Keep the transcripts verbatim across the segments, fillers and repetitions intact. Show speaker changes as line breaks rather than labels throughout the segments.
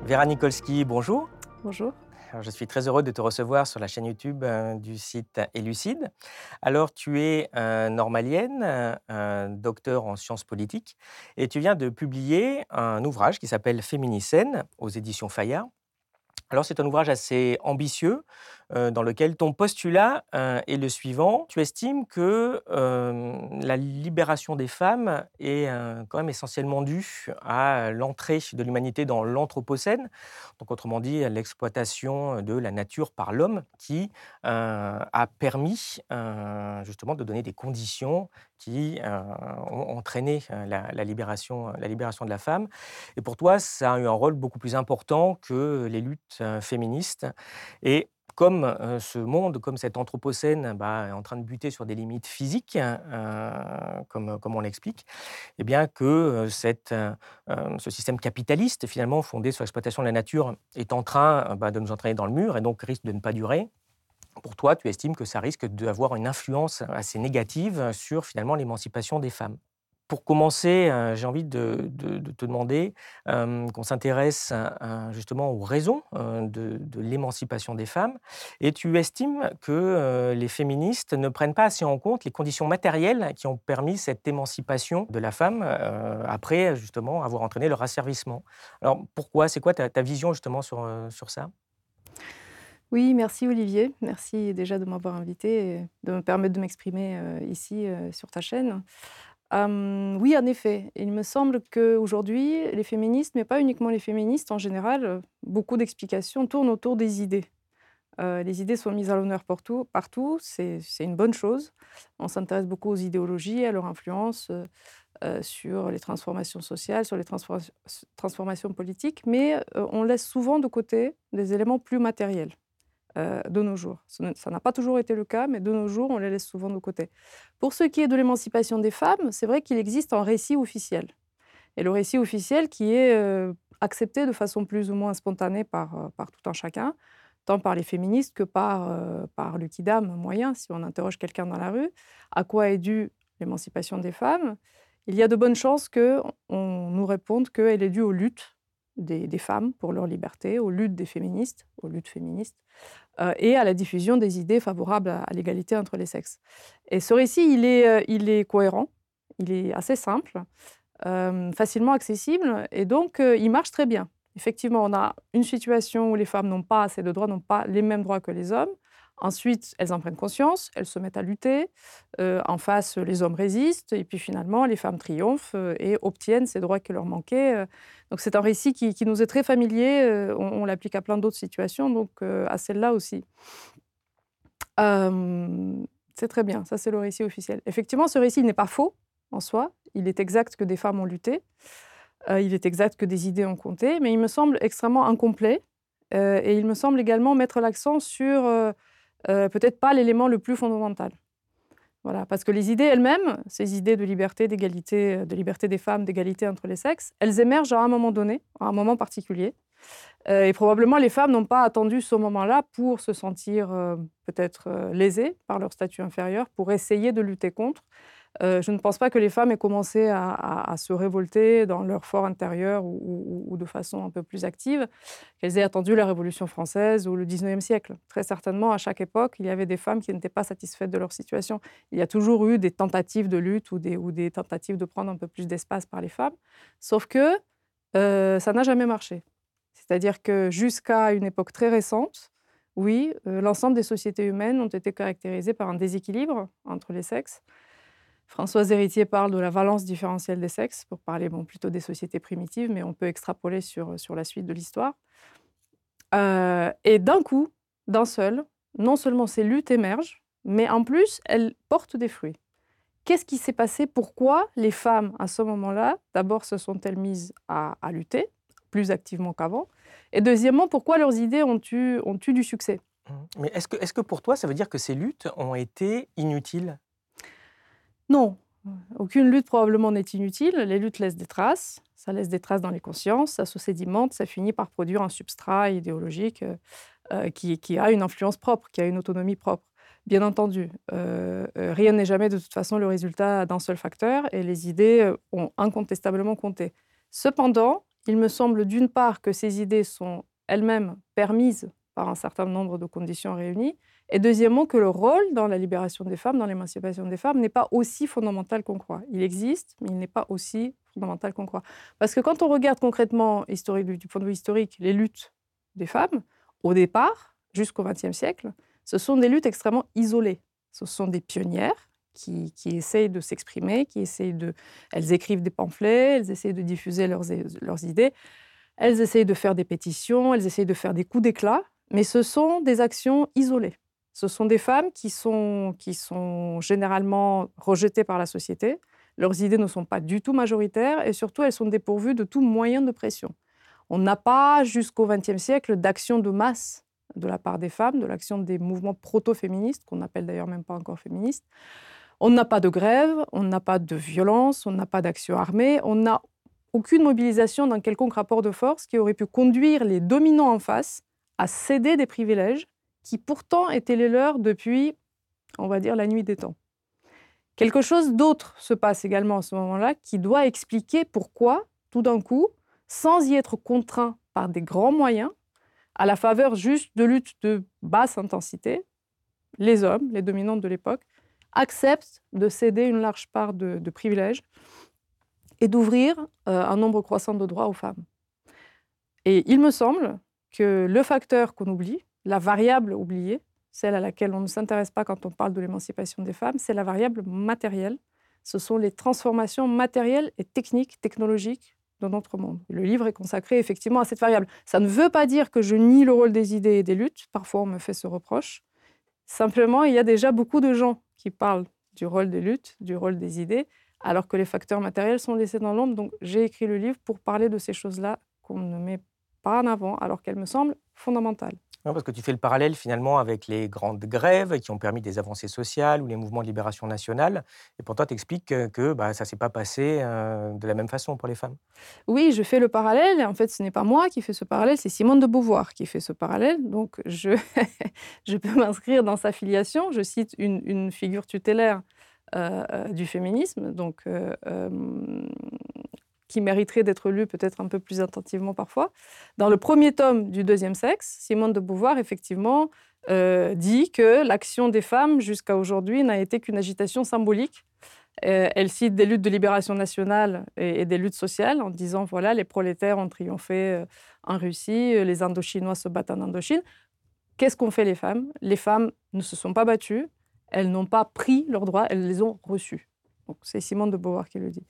Vera Nikolski, bonjour.
Bonjour.
Alors, je suis très heureux de te recevoir sur la chaîne YouTube euh, du site Élucide. Alors, tu es euh, normalienne, euh, un docteur en sciences politiques, et tu viens de publier un ouvrage qui s'appelle Féminicène aux éditions Fayard. Alors, c'est un ouvrage assez ambitieux euh, dans lequel ton postulat euh, est le suivant. Tu estimes que euh, la libération des femmes est euh, quand même essentiellement due à l'entrée de l'humanité dans l'Anthropocène, donc autrement dit à l'exploitation de la nature par l'homme qui euh, a permis euh, justement de donner des conditions qui euh, ont entraîné euh, la, la libération, la libération de la femme. Et pour toi, ça a eu un rôle beaucoup plus important que les luttes euh, féministes. Et comme euh, ce monde, comme cet anthropocène bah, est en train de buter sur des limites physiques, euh, comme, comme on l'explique, eh bien que euh, cette, euh, ce système capitaliste, finalement fondé sur l'exploitation de la nature, est en train euh, bah, de nous entraîner dans le mur et donc risque de ne pas durer. Pour toi, tu estimes que ça risque d'avoir une influence assez négative sur finalement l'émancipation des femmes. Pour commencer, euh, j'ai envie de, de- de te demander euh, qu'on s'intéresse euh, justement aux raisons euh, de, de l'émancipation des femmes. Et tu estimes que euh, les féministes ne prennent pas assez en compte les conditions matérielles qui ont permis cette émancipation de la femme euh, après justement avoir entraîné leur asservissement. Alors pourquoi? C'est quoi ta, ta vision justement sur, euh, sur ça?
Oui, merci Olivier. Merci déjà de m'avoir invité et de me permettre de m'exprimer euh, ici euh, sur ta chaîne. Hum, oui, en effet, il me semble qu'aujourd'hui, les féministes, mais pas uniquement les féministes en général, euh, beaucoup d'explications tournent autour des idées. Euh, les idées sont mises à l'honneur partout, partout, c'est c'est une bonne chose. On s'intéresse beaucoup aux idéologies, à leur influence euh, euh, sur les transformations sociales, sur les transforma- transformations politiques, mais euh, on laisse souvent de côté des éléments plus matériels. Heu, de nos jours. Ce ne ça n'a pas toujours été le cas, mais de nos jours, on les laisse souvent de côté. Pour ce qui est de l'émancipation des femmes, c'est vrai qu'il existe un récit officiel et le récit officiel qui est, heu, accepté de façon plus ou moins spontanée par, heu, par tout un chacun, tant par les féministes que par, heu, par le kidam moyen, si on interroge quelqu'un dans la rue. À quoi est due l'émancipation des femmes? Il y a de bonnes chances qu'on on nous réponde qu'elle est due aux luttes des des femmes pour leur liberté, aux luttes des féministes, aux luttes féministes heu et à la diffusion des idées favorables à à l'égalité entre les sexes. Et ce récit, il est, heu, il est cohérent, il est assez simple, hem, facilement accessible et donc heu, il marche très bien. Effectivement, on a une situation où les femmes n'ont pas assez de droits, n'ont pas les mêmes droits que les hommes. Ensuite, elles en prennent conscience, elles se mettent à lutter. Heu, en face, les hommes résistent et puis finalement, les femmes triomphent, heu et obtiennent ces droits qui leur manquaient, heu. Donc c'est un récit qui qui nous est très familier, heu, on on l'applique à plein d'autres situations, donc heu, à celle-là aussi. Hem, c'est très bien, ça c'est le récit officiel. Effectivement, ce récit n'est pas faux en soi, il est exact que des femmes ont lutté, heu, il est exact que des idées ont compté, mais il me semble extrêmement incomplet, heu et il me semble également mettre l'accent sur, heu heu, peut-être pas l'élément le plus fondamental. Voilà, parce que les idées elles-mêmes, ces idées de liberté, d'égalité, de liberté des femmes, d'égalité entre les sexes, elles émergent à un moment donné, à un moment particulier. Heu et probablement les femmes n'ont pas attendu ce moment-là pour se sentir, heu, peut-être, heu, lésées par leur statut inférieur, pour essayer de lutter contre. Heu, je ne pense pas que les femmes aient commencé à à à se révolter dans leur fort intérieur ou ou ou de façon un peu plus active, qu'elles aient attendu la Révolution française ou le dix-neuvième siècle. Très certainement, à chaque époque, il y avait des femmes qui n'étaient pas satisfaites de leur situation. Il y a toujours eu des tentatives de lutte ou des ou des tentatives de prendre un peu plus d'espace par les femmes, sauf que, heu, ça n'a jamais marché. C'est-à-dire que jusqu'à une époque très récente, oui, heu, l'ensemble des sociétés humaines ont été caractérisées par un déséquilibre entre les sexes. Françoise Héritier parle de la valence différentielle des sexes, pour parler, bon, plutôt des sociétés primitives, mais on peut extrapoler sur, sur la suite de l'histoire. Heu et d'un coup, d'un seul, non seulement ces luttes émergent, mais en plus, elles portent des fruits. Qu'est-ce qui s'est passé? Pourquoi les femmes, à ce moment-là, d'abord se sont-elles mises à à lutter, plus activement qu'avant? Et deuxièmement, pourquoi leurs idées ont eu ont eu du succès?
Mhm. Mais est-ce que, est-ce que pour toi, ça veut dire que ces luttes ont été inutiles?
Non, aucune lutte probablement n'est inutile. Les luttes laissent des traces, ça laisse des traces dans les consciences, ça se sédimente, ça finit par produire un substrat idéologique, heu heu, qui qui a une influence propre, qui a une autonomie propre. Bien entendu, heu heu, rien n'est jamais de toute façon le résultat d'un seul facteur et les idées, heu, ont incontestablement compté. Cependant, Il me semble d'une part que ces idées sont elles-mêmes permises par un certain nombre de conditions réunies, et deuxièmement que le rôle dans la libération des femmes, dans l'émancipation des femmes, n'est pas aussi fondamental qu'on croit. Il existe, mais il n'est pas aussi fondamental qu'on croit. Parce que quand on regarde concrètement, historique, du point de vue historique, les luttes des femmes, au départ, jusqu'au vingtième siècle, ce sont des luttes extrêmement isolées. Ce sont des pionnières qui, qui essayent de s'exprimer, qui essayent de... Elles écrivent des pamphlets, elles essayent de diffuser leurs, leurs idées, elles essayent de faire des pétitions, elles essayent de faire des coups d'éclat, mais ce sont des actions isolées. Ce sont des femmes qui sont, qui sont généralement rejetées par la société. Leurs idées ne sont pas du tout majoritaires et surtout, elles sont dépourvues de tout moyen de pression. On n'a pas, jusqu'au vingtième siècle, d'action de masse de la part des femmes, de l'action des mouvements proto-féministes, qu'on n'appelle d'ailleurs même pas encore féministes. On n'a pas de grève, on n'a pas de violence, on n'a pas d'action armée, on n'a aucune mobilisation d'un quelconque rapport de force qui aurait pu conduire les dominants en face à céder des privilèges qui pourtant étaient les leurs depuis, on va dire, la nuit des temps. Quelque chose d'autre se passe également à ce moment-là qui doit expliquer pourquoi, tout d'un coup, sans y être contraint par des grands moyens, à la faveur juste de luttes de basse intensité, les hommes, les dominantes de l'époque, acceptent de céder une large part de, de privilèges et d'ouvrir euh, un nombre croissant de droits aux femmes. Et il me semble que le facteur qu'on oublie, la variable oubliée, celle à laquelle on ne s'intéresse pas quand on parle de l'émancipation des femmes, c'est la variable matérielle. Ce sont les transformations matérielles et techniques, technologiques de notre monde. Le livre est consacré effectivement à cette variable. Ça ne veut pas dire que je nie le rôle des idées et des luttes. Parfois, on me fait ce reproche. Simplement, il y a déjà beaucoup de gens qui parlent du rôle des luttes, du rôle des idées, alors que les facteurs matériels sont laissés dans l'ombre. Donc, j'ai écrit le livre pour parler de ces choses-là qu'on ne met pas en avant, alors qu'elles me semblent fondamentales.
Non, parce que tu fais le parallèle finalement avec les grandes grèves qui ont permis des avancées sociales ou les mouvements de libération nationale. Et pour toi, tu expliques que, que bah, ça ne s'est pas passé euh, de la même façon pour les femmes.
Oui, je fais le parallèle. Et en fait, ce n'est pas moi qui fais ce parallèle, c'est Simone de Beauvoir qui fait ce parallèle. Donc, je, je peux m'inscrire dans sa filiation. Je cite une, une figure tutélaire euh, euh, du féminisme, donc, euh, euh, qui mériterait d'être lue peut-être un peu plus attentivement parfois. Dans le premier tome du Deuxième sexe, Simone de Beauvoir, effectivement, euh, dit que l'action des femmes jusqu'à aujourd'hui n'a été qu'une agitation symbolique. Euh, elle cite des luttes de libération nationale et, et des luttes sociales en disant, voilà, les prolétaires ont triomphé euh, en Russie, euh, les Indochinois se battent en Indochine. Qu'est-ce qu'ont fait les femmes? Les femmes ne se sont pas battues, elles n'ont pas pris leurs droits, elles les ont reçus. Donc, c'est Simone de Beauvoir qui le dit.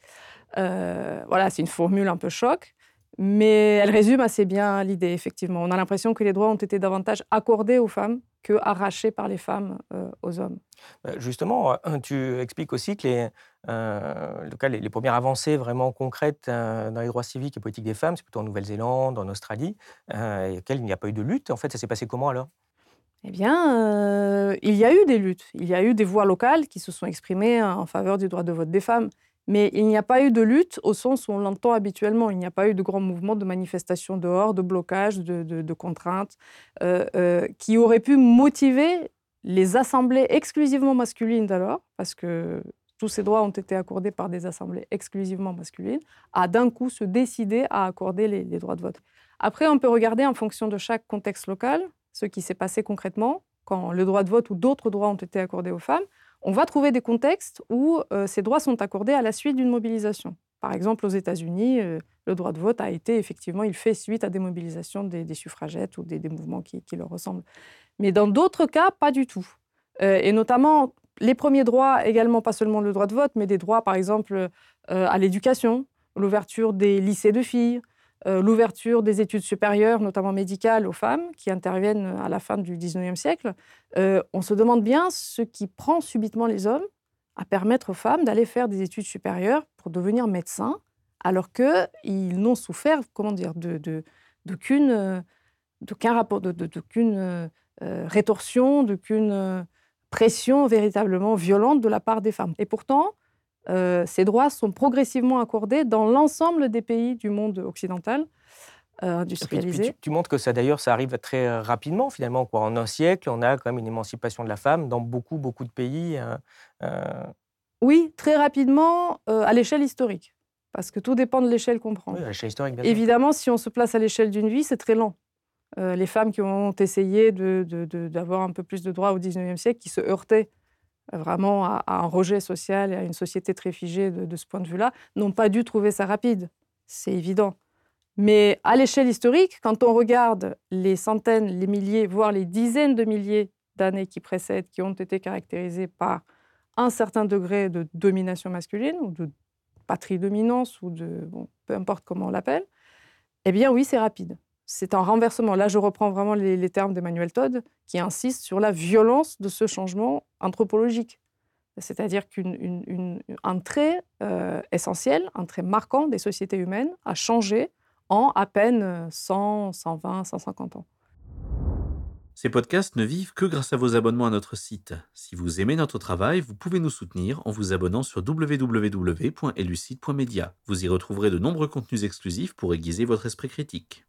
Euh, voilà, c'est une formule un peu choc, mais elle résume assez bien l'idée, effectivement. On a l'impression que les droits ont été davantage accordés aux femmes que arrachés par les femmes euh, aux hommes.
Justement, tu expliques aussi que les, euh, en tout cas, les, les premières avancées vraiment concrètes euh, dans les droits civiques et politiques des femmes, c'est plutôt en Nouvelle-Zélande, en Australie, euh, et auxquelles il n'y a pas eu de lutte. En fait, ça s'est passé comment alors?
Eh bien, euh, il y a eu des luttes. Il y a eu des voix locales qui se sont exprimées en faveur du droit de vote des femmes. Mais il n'y a pas eu de lutte au sens où on l'entend habituellement. Il n'y a pas eu de grands mouvements de manifestation dehors, de blocage, de, de, de contraintes, euh, euh, qui auraient pu motiver les assemblées exclusivement masculines d'alors, parce que tous ces droits ont été accordés par des assemblées exclusivement masculines, à d'un coup se décider à accorder les, les droits de vote. Après, on peut regarder en fonction de chaque contexte local ce qui s'est passé concrètement quand le droit de vote ou d'autres droits ont été accordés aux femmes. On va trouver des contextes où euh, ces droits sont accordés à la suite d'une mobilisation. Par exemple, aux États-Unis, euh, le droit de vote a été, effectivement, il fait suite à des mobilisations des, des suffragettes ou des, des mouvements qui, qui leur ressemblent. Mais dans d'autres cas, pas du tout. Euh, et notamment, les premiers droits, également pas seulement le droit de vote, mais des droits, par exemple, euh, à l'éducation, l'ouverture des lycées de filles, Euh, l'ouverture des études supérieures, notamment médicales, aux femmes, qui interviennent à la fin du dix-neuvième siècle, euh, on se demande bien ce qui prend subitement les hommes à permettre aux femmes d'aller faire des études supérieures pour devenir médecins, alors qu'ils n'ont souffert, comment dire, de, de, d'aucune, euh, d'aucun rapport, de, de, d'aucune euh, rétorsion, d'aucune euh, pression véritablement violente de la part des femmes. Et pourtant, Euh, ces droits sont progressivement accordés dans l'ensemble des pays du monde occidental euh, industrialisé.
Puis, puis tu, tu montres que ça, d'ailleurs, ça arrive très rapidement, finalement, quoi. En un siècle, on a quand même une émancipation de la femme dans beaucoup, beaucoup de pays. Euh, euh...
Oui, très rapidement, euh, à l'échelle historique. parce que tout dépend de l'échelle qu'on prend.
Oui, à l'échelle historique, bien sûr.
Évidemment, si on se place à l'échelle d'une vie, c'est très lent. Euh, les femmes qui ont essayé de, de, de, d'avoir un peu plus de droits au dix-neuvième siècle, qui se heurtaient vraiment à, à un rejet social et à une société très figée de, de ce point de vue-là, n'ont pas dû trouver ça rapide. C'est évident. Mais à l'échelle historique, quand on regarde les centaines, les milliers, voire les dizaines de milliers d'années qui précèdent, qui ont été caractérisées par un certain degré de domination masculine, ou de patrie-dominance, ou de, bon, peu importe comment on l'appelle, eh bien oui, c'est rapide. C'est un renversement. Là, je reprends vraiment les, les termes d'Emmanuel Todd, qui insiste sur la violence de ce changement anthropologique. C'est-à-dire qu'un trait euh, essentiel, un trait marquant des sociétés humaines a changé en à peine cent, cent vingt, cent cinquante ans.
Ces podcasts ne vivent que grâce à vos abonnements à notre site. Si vous aimez notre travail, vous pouvez nous soutenir en vous abonnant sur w w w point elucide point media. Vous y retrouverez de nombreux contenus exclusifs pour aiguiser votre esprit critique.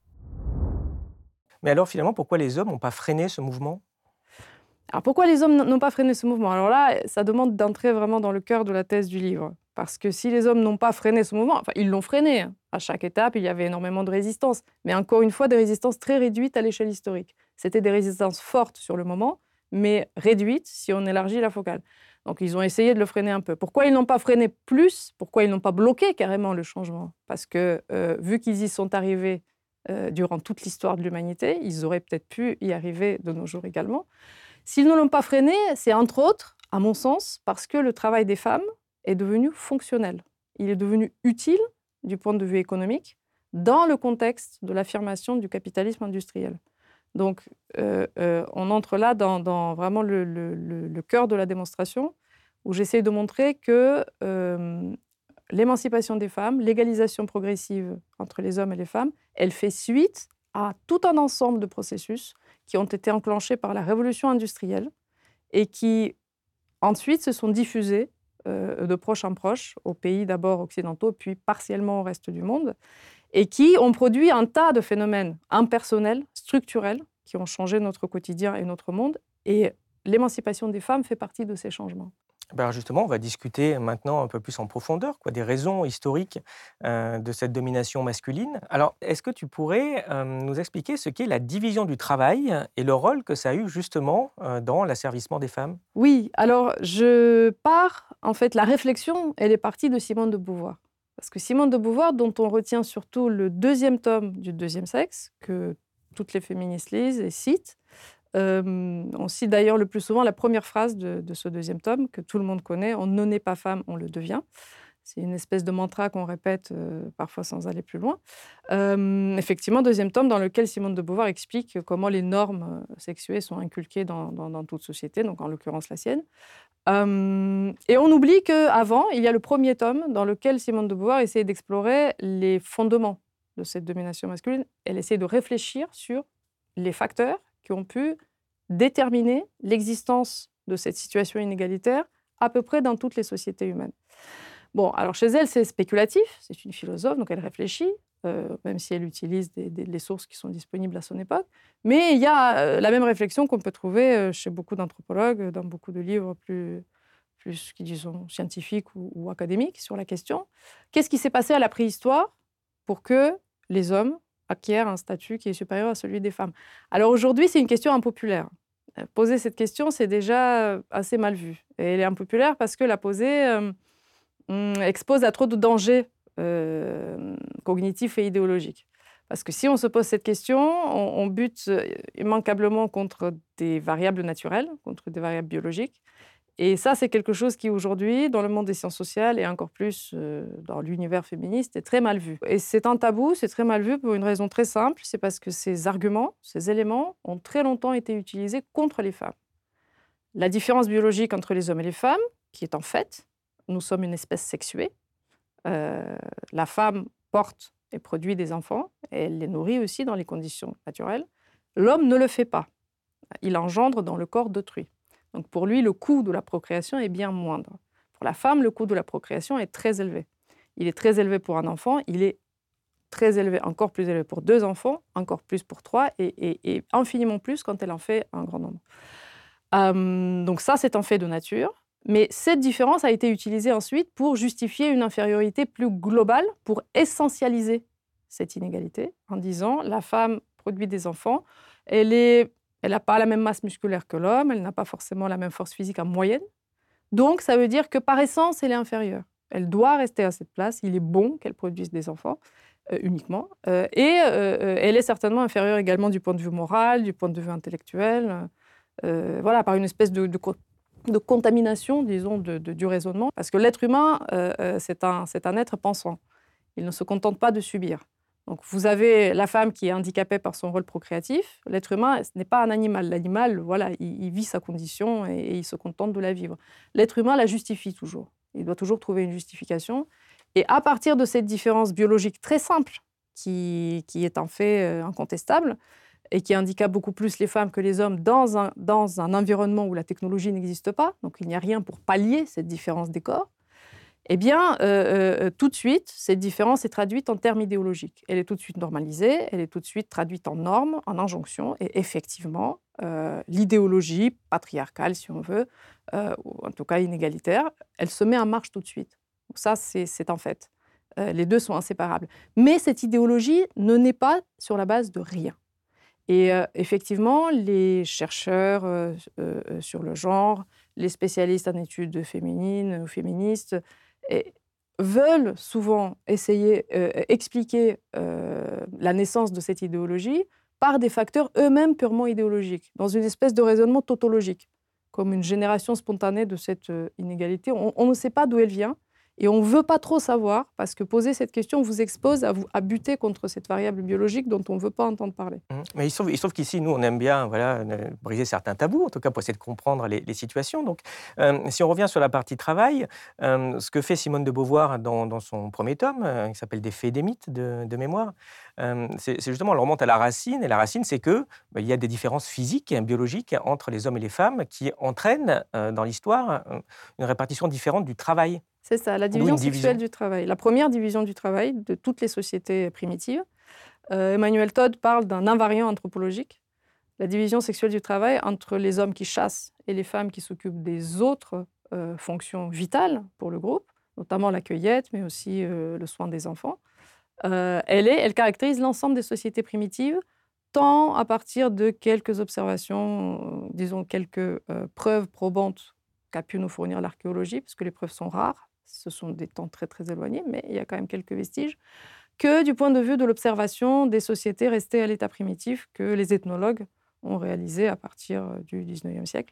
Mais alors, finalement, pourquoi les hommes n'ont pas freiné ce mouvement ?
Alors pourquoi les hommes n'ont pas freiné ce mouvement ? Alors là, ça demande d'entrer vraiment dans le cœur de la thèse du livre. Parce que si les hommes n'ont pas freiné ce mouvement, enfin, ils l'ont freiné. À chaque étape, il y avait énormément de résistance. Mais encore une fois, des résistances très réduites à l'échelle historique. C'était des résistances fortes sur le moment, mais réduites si on élargit la focale. Donc ils ont essayé de le freiner un peu. Pourquoi ils n'ont pas freiné plus ? Pourquoi ils n'ont pas bloqué carrément le changement ? Parce que euh, vu qu'ils y sont arrivés euh, durant toute l'histoire de l'humanité, ils auraient peut-être pu y arriver de nos jours également. S'ils ne l'ont pas freiné, c'est entre autres, à mon sens, parce que le travail des femmes est devenu fonctionnel. Il est devenu utile du point de vue économique dans le contexte de l'affirmation du capitalisme industriel. Donc, euh, euh, on entre là dans, dans vraiment le, le, le, le cœur de la démonstration, où j'essaie de montrer que euh, l'émancipation des femmes, l'égalisation progressive entre les hommes et les femmes, elle fait suite à tout un ensemble de processus qui ont été enclenchés par la révolution industrielle et qui ensuite se sont diffusés euh, de proche en proche, aux pays d'abord occidentaux, puis partiellement au reste du monde, et qui ont produit un tas de phénomènes impersonnels, structurels, qui ont changé notre quotidien et notre monde. Et l'émancipation des femmes fait partie de ces changements.
Ben alors justement, on va discuter maintenant un peu plus en profondeur quoi, des raisons historiques euh, de cette domination masculine. Alors, est-ce que tu pourrais euh, nous expliquer ce qu'est la division du travail et le rôle que ça a eu justement euh, dans l'asservissement des femmes ?
Oui, alors je pars, en fait, la réflexion, elle est partie de Simone de Beauvoir. Parce que Simone de Beauvoir, dont on retient surtout le deuxième tome du Deuxième sexe, que toutes les féministes lisent et citent, Euh, on cite d'ailleurs le plus souvent la première phrase de, de ce deuxième tome, que tout le monde connaît, « On ne naît pas femme, on le devient ». C'est une espèce de mantra qu'on répète euh, parfois sans aller plus loin. Euh, effectivement, deuxième tome dans lequel Simone de Beauvoir explique comment les normes sexuées sont inculquées dans, dans, dans toute société, donc en l'occurrence la sienne. Euh, et on oublie qu'avant, il y a le premier tome dans lequel Simone de Beauvoir essaie d'explorer les fondements de cette domination masculine. Elle essaie de réfléchir sur les facteurs qui ont pu déterminer l'existence de cette situation inégalitaire à peu près dans toutes les sociétés humaines. Bon, alors chez elle, c'est spéculatif, c'est une philosophe, donc elle réfléchit, euh, même si elle utilise des, des, les sources qui sont disponibles à son époque. Mais il y a euh, la même réflexion qu'on peut trouver euh, chez beaucoup d'anthropologues, dans beaucoup de livres plus, plus qui disons, scientifiques ou, ou académiques sur la question. Qu'est-ce qui s'est passé à la préhistoire pour que les hommes acquièrent un statut qui est supérieur à celui des femmes? Alors aujourd'hui, c'est une question impopulaire. Poser cette question, c'est déjà assez mal vu. Et elle est impopulaire parce que la poser euh, expose à trop de dangers euh, cognitifs et idéologiques. Parce que si on se pose cette question, on, on bute immanquablement contre des variables naturelles, contre des variables biologiques. Et ça, c'est quelque chose qui, aujourd'hui, dans le monde des sciences sociales et encore plus euh, dans l'univers féministe, est très mal vu. Et c'est un tabou, c'est très mal vu pour une raison très simple, c'est parce que ces arguments, ces éléments ont très longtemps été utilisés contre les femmes. La différence biologique entre les hommes et les femmes, qui est en fait, nous sommes une espèce sexuée. Euh, la femme porte et produit des enfants, et elle les nourrit aussi dans les conditions naturelles. L'homme ne le fait pas. Il engendre dans le corps d'autrui. Donc pour lui, le coût de la procréation est bien moindre. Pour la femme, le coût de la procréation est très élevé. Il est très élevé pour un enfant, il est très élevé, encore plus élevé pour deux enfants, encore plus pour trois, et, et, et infiniment plus quand elle en fait un grand nombre. Euh, donc ça, c'est un fait de nature. Mais cette différence a été utilisée ensuite pour justifier une infériorité plus globale, pour essentialiser cette inégalité, en disant la femme produit des enfants, elle est, elle n'a pas la même masse musculaire que l'homme, elle n'a pas forcément la même force physique en moyenne. Donc, ça veut dire que par essence, elle est inférieure. Elle doit rester à cette place. Il est bon qu'elle produise des enfants euh, uniquement. Euh, et euh, elle est certainement inférieure également du point de vue moral, du point de vue intellectuel. Euh, voilà, par une espèce de, de, de contamination, disons, de, de, du raisonnement. Parce que l'être humain, euh, c'est un, c'est un être pensant. Il ne se contente pas de subir. Donc, vous avez la femme qui est handicapée par son rôle procréatif. L'être humain, ce n'est pas un animal. L'animal, voilà, il, il vit sa condition et, et il se contente de la vivre. L'être humain la justifie toujours. Il doit toujours trouver une justification. Et à partir de cette différence biologique très simple, qui, qui est un fait euh, incontestable, et qui handicape beaucoup plus les femmes que les hommes dans un, dans un environnement où la technologie n'existe pas, donc il n'y a rien pour pallier cette différence des corps, eh bien, euh, euh, tout de suite, cette différence est traduite en termes idéologiques. Elle est tout de suite normalisée, elle est tout de suite traduite en normes, en injonctions, et effectivement, euh, l'idéologie patriarcale, si on veut, euh, ou en tout cas inégalitaire, elle se met en marche tout de suite. Donc ça, c'est, c'est un fait. Euh, les deux sont inséparables. Mais cette idéologie ne naît pas sur la base de rien. Et euh, effectivement, les chercheurs euh, euh, sur le genre, les spécialistes en études féminines ou féministes, et veulent souvent essayer euh, expliquer euh, la naissance de cette idéologie par des facteurs eux-mêmes purement idéologiques, dans une espèce de raisonnement tautologique, comme une génération spontanée de cette euh, inégalité. On, on ne sait pas d'où elle vient. Et on ne veut pas trop savoir, parce que poser cette question vous expose à, vous, à buter contre cette variable biologique dont on ne veut pas entendre parler.
Mmh. Mais il se trouve, il se trouve qu'ici, nous, on aime bien voilà, euh, briser certains tabous, en tout cas pour essayer de comprendre les, les situations. Donc, euh, si on revient sur la partie travail, euh, ce que fait Simone de Beauvoir dans, dans son premier tome, euh, qui s'appelle Des faits et des mythes de, de mémoire, euh, c'est, c'est justement, elle remonte à la racine. Et la racine, c'est qu'il bah, y a des différences physiques et biologiques entre les hommes et les femmes qui entraînent euh, dans l'histoire euh, une répartition différente du travail.
C'est ça, la division sexuelle du travail. La première division du travail de toutes les sociétés primitives. Euh, Emmanuel Todd parle d'un invariant anthropologique, la division sexuelle du travail entre les hommes qui chassent et les femmes qui s'occupent des autres euh, fonctions vitales pour le groupe, notamment la cueillette, mais aussi euh, le soin des enfants. Euh, elle, est, elle caractérise l'ensemble des sociétés primitives, tant à partir de quelques observations, euh, disons quelques euh, preuves probantes qu'a pu nous fournir l'archéologie, parce que les preuves sont rares. Ce sont des temps très, très éloignés, mais il y a quand même quelques vestiges, que du point de vue de l'observation des sociétés restées à l'état primitif que les ethnologues ont réalisé à partir du dix-neuvième siècle.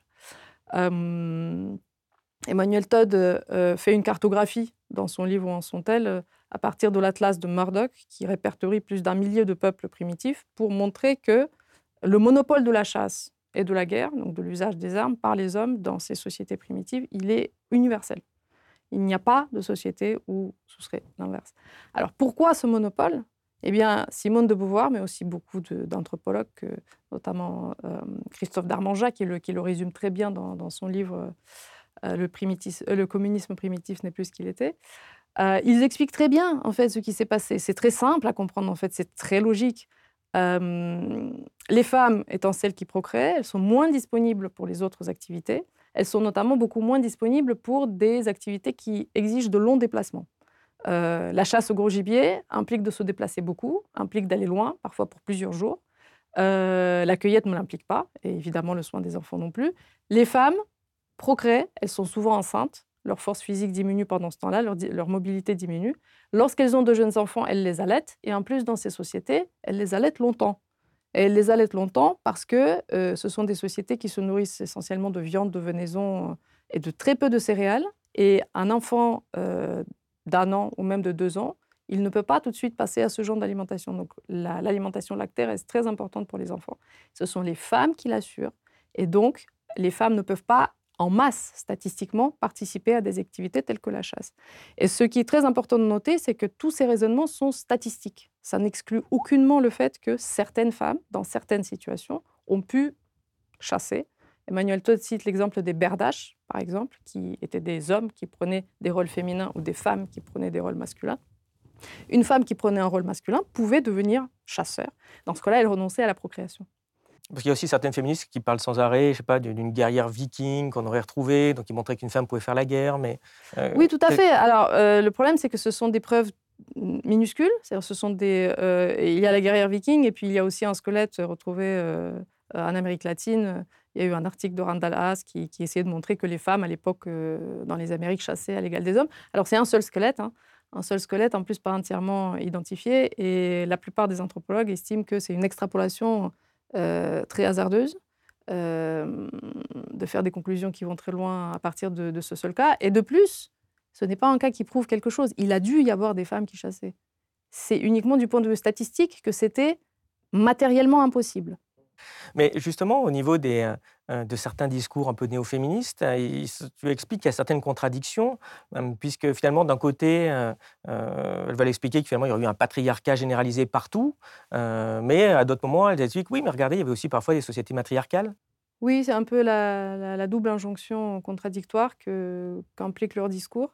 Euh, Emmanuel Todd euh, fait une cartographie dans son livre Où en sont-elles euh, à partir de l'atlas de Murdoch, qui répertorie plus d'un millier de peuples primitifs, pour montrer que le monopole de la chasse et de la guerre, donc de l'usage des armes par les hommes dans ces sociétés primitives, il est universel. Il n'y a pas de société où ce serait l'inverse. Alors, pourquoi ce monopole ? Eh bien, Simone de Beauvoir, mais aussi beaucoup de, d'anthropologues, euh, notamment euh, Christophe Darmanjat, qui le, qui le résume très bien dans, dans son livre euh, le, primitis, euh, le communisme primitif n'est plus ce qu'il était. Euh, ils expliquent très bien, en fait, ce qui s'est passé. C'est très simple à comprendre, en fait, c'est très logique. Euh, les femmes étant celles qui procréent, elles sont moins disponibles pour les autres activités. Elles sont notamment beaucoup moins disponibles pour des activités qui exigent de longs déplacements. Euh, la chasse au gros gibier implique de se déplacer beaucoup, implique d'aller loin, parfois pour plusieurs jours. Euh, la cueillette ne l'implique pas, et évidemment le soin des enfants non plus. Les femmes procréent, elles sont souvent enceintes, leur force physique diminue pendant ce temps-là, leur, leur mobilité diminue. Lorsqu'elles ont de jeunes enfants, elles les allaitent, et en plus dans ces sociétés, elles les allaitent longtemps. Et elles les allaitent longtemps parce que euh, ce sont des sociétés qui se nourrissent essentiellement de viande, de venaison euh, et de très peu de céréales. Et un enfant euh, d'un an ou même de deux ans, il ne peut pas tout de suite passer à ce genre d'alimentation. Donc la, l'alimentation lactaire est très importante pour les enfants. Ce sont les femmes qui l'assurent. Et donc, les femmes ne peuvent pas, en masse, statistiquement, participer à des activités telles que la chasse. Et ce qui est très important de noter, c'est que tous ces raisonnements sont statistiques. Ça n'exclut aucunement le fait que certaines femmes, dans certaines situations, ont pu chasser. Emmanuel Todd cite l'exemple des berdaches, par exemple, qui étaient des hommes qui prenaient des rôles féminins ou des femmes qui prenaient des rôles masculins. Une femme qui prenait un rôle masculin pouvait devenir chasseur. Dans ce cas-là, elle renonçait à la procréation.
Parce qu'il y a aussi certaines féministes qui parlent sans arrêt, je sais pas, d'une guerrière viking qu'on aurait retrouvée, donc ils montraient qu'une femme pouvait faire la guerre, mais heu,
Oui, tout à
quel
fait. Alors, heu, le problème, c'est que ce sont des preuves m minuscules. C'est-à-dire ce sont des, heu, il y a la guerrière viking et puis il y a aussi un squelette retrouvé, heu, en Amérique latine. Il y a eu un article de Randall Haas qui qui essayait de montrer que les femmes, à l'époque, heu, dans les Amériques, chassaient à l'égal des hommes. Alors c'est un seul squelette, hein, un seul squelette, en plus pas entièrement identifié et la plupart des anthropologues estiment que c'est une extrapolation, heu, très hasardeuse, hem, de faire des conclusions qui vont très loin à partir de de ce seul cas et de plus, ce n'est pas un cas qui prouve quelque chose. Il a dû y avoir des femmes qui chassaient. C'est uniquement du point de vue statistique que c'était matériellement impossible.
Mais justement, au niveau des, heu heu, de certains discours un peu néo-féministes, heu, ils se tu expliques qu'il y a certaines contradictions, hem, puisque finalement d'un côté, heu heu, elles veulent expliquer que finalement il y aurait eu un patriarcat généralisé partout, heu, mais à d'autres moments, elles expliquent: «Oui, mais regardez, il y avait aussi parfois des sociétés matriarcales».
Oui, c'est un peu la la la double injonction contradictoire que qu'implique leur discours.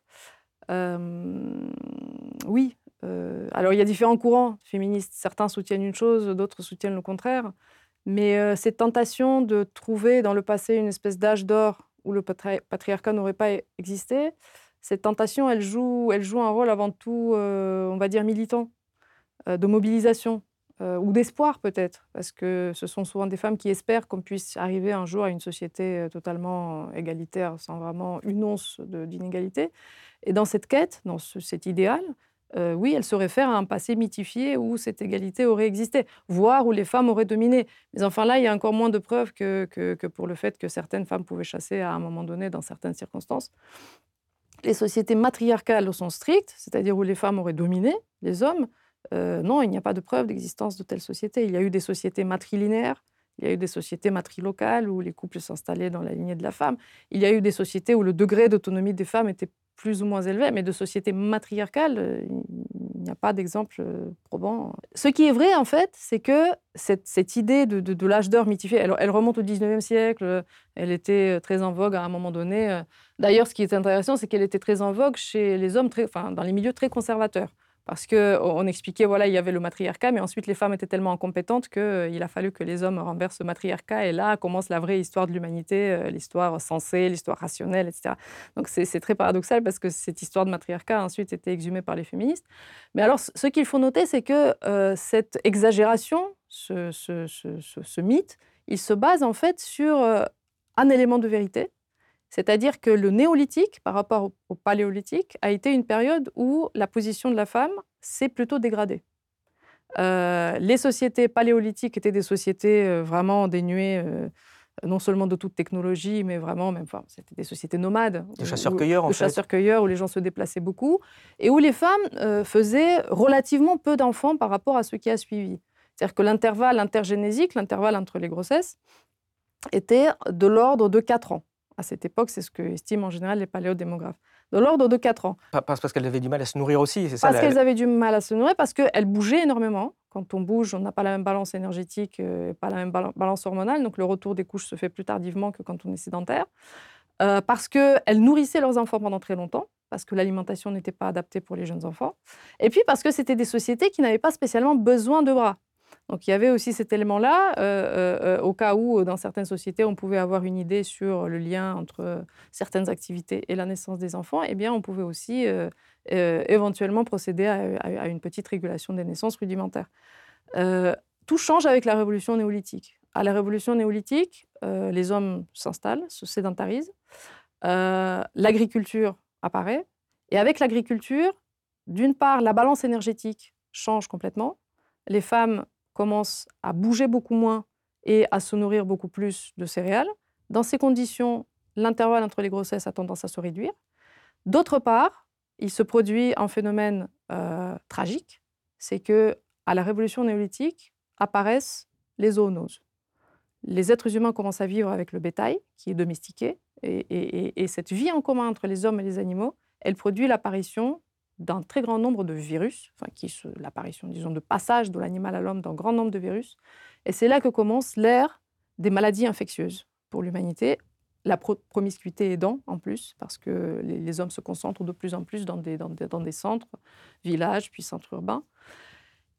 Hem, oui, heu, alors il y a différents courants féministes. Certains soutiennent une chose, d'autres soutiennent le contraire. Mais, heu, cette tentation de trouver dans le passé une espèce d'âge d'or où le patri patriarcat n'aurait pas e existé, cette tentation, elle joue elle joue un rôle avant tout, heu, on va dire militant, heu, de mobilisation, heu, ou d'espoir peut-être. Parce que ce sont souvent des femmes qui espèrent qu'on puisse arriver un jour à une société, heu, totalement égalitaire, sans vraiment une once de d'inégalité. Et dans cette quête, dans ce cet idéal, heu, oui, elle se réfère à un passé mythifié où cette égalité aurait existé, voire où les femmes auraient dominé. Mais enfin là, il y a encore moins de preuves que que que pour le fait que certaines femmes pouvaient chasser à un moment donné dans certaines circonstances. Les sociétés matriarcales au sens strict, c'est-à-dire où les femmes auraient dominé les hommes, heu, non, il n'y a pas de preuve d'existence de telles sociétés. Il y a eu des sociétés matrilinéaires, il y a eu des sociétés matrilocales où les couples s'installaient dans la lignée de la femme. Il y a eu des sociétés où le degré d'autonomie des femmes était plus ou moins élevé, mais de sociétés matriarcales, heu, il n'y a pas d'exemple, heu, probant. Ce qui est vrai, en fait, c'est que cette cette idée de de de l'âge d'or mythifié, elle elle remonte au dix-neuvième siècle, heu, elle était, heu, très en vogue à un moment donné, heu D'ailleurs, ce qui est intéressant, c'est qu'elle était très en vogue chez les hommes très enfin, dans les milieux très conservateurs. Parce qu'on on expliquait, voilà, il y avait le matriarcat, mais ensuite les femmes étaient tellement incompétentes qu'il a fallu que les hommes renversent ce matriarcat et là commence la vraie histoire de l'humanité, heu, l'histoire sensée, l'histoire rationnelle et cetera. Donc c'est c'est très paradoxal parce que cette histoire de matriarcat a ensuite été exhumée par les féministes. Mais alors ce ce qu'il faut noter, c'est que, heu, cette exagération, ce ce ce ce ce mythe, il se base en fait sur, heu, un élément de vérité, c'est-à-dire que le néolithique, par rapport au au paléolithique, a été une période où la position de la femme s'est plutôt dégradée. Heu, les sociétés paléolithiques étaient des sociétés, heu, vraiment dénuées, heu, non seulement de toute technologie, mais vraiment même enfin, c'était des sociétés nomades
De
où où
chasseurs-cueilleurs, en
de
fait.
chasseurs-cueilleurs, où les gens se déplaçaient beaucoup et où les femmes, heu, faisaient relativement peu d'enfants par rapport à ce qui a suivi. C'est-à-dire que l'intervalle intergénésique, l'intervalle entre les grossesses, était de l'ordre de quatre ans. À cette époque, c'est ce qu'estiment en général les paléodémographes. De l'ordre de quatre ans.
Pa parce parce qu'elles avaient du mal à se nourrir aussi, c'est ça
Parce
la la
qu'elles avaient du mal à se nourrir, parce qu'elles bougeaient énormément. Quand on bouge, on n'a pas la même balance énergétique, heu, pas la même balan balance hormonale, donc le retour des couches se fait plus tardivement que quand on est sédentaire. Heu, parce qu'elles nourrissaient leurs enfants pendant très longtemps, parce que l'alimentation n'était pas adaptée pour les jeunes enfants et puis parce que c'était des sociétés qui n'avaient pas spécialement besoin de bras. Donc il y avait aussi cet élément-là, heu heu heu, au cas où, dans certaines sociétés, on pouvait avoir une idée sur le lien entre, heu, certaines activités et la naissance des enfants, eh bien, on pouvait aussi, heu heu, éventuellement procéder à, à à une petite régulation des naissances rudimentaires. Heu, Tout change avec la révolution néolithique. À la révolution néolithique, heu, les hommes s'installent, se sédentarisent, heu, l'agriculture apparaît et avec l'agriculture, d'une part, la balance énergétique change complètement. Les femmes commencent à bouger beaucoup moins et à se nourrir beaucoup plus de céréales. Dans ces conditions, l'intervalle entre les grossesses a tendance à se réduire. D'autre part, il se produit un phénomène, heu, tragique, c'est que à la révolution néolithique apparaissent les zoonoses. Les êtres humains commencent à vivre avec le bétail, qui est domestiqué et et et et cette vie en commun entre les hommes et les animaux, elle produit l'apparition d'un très grand nombre de virus, enfin qui se l'apparition, disons, de passage de l'animal à l'homme d'un grand nombre de virus et c'est là que commence l'ère des maladies infectieuses pour l'humanité. La pro promiscuité aidant en plus, parce que les les hommes se concentrent de plus en plus dans des dans des dans des centres, villages, puis centres urbains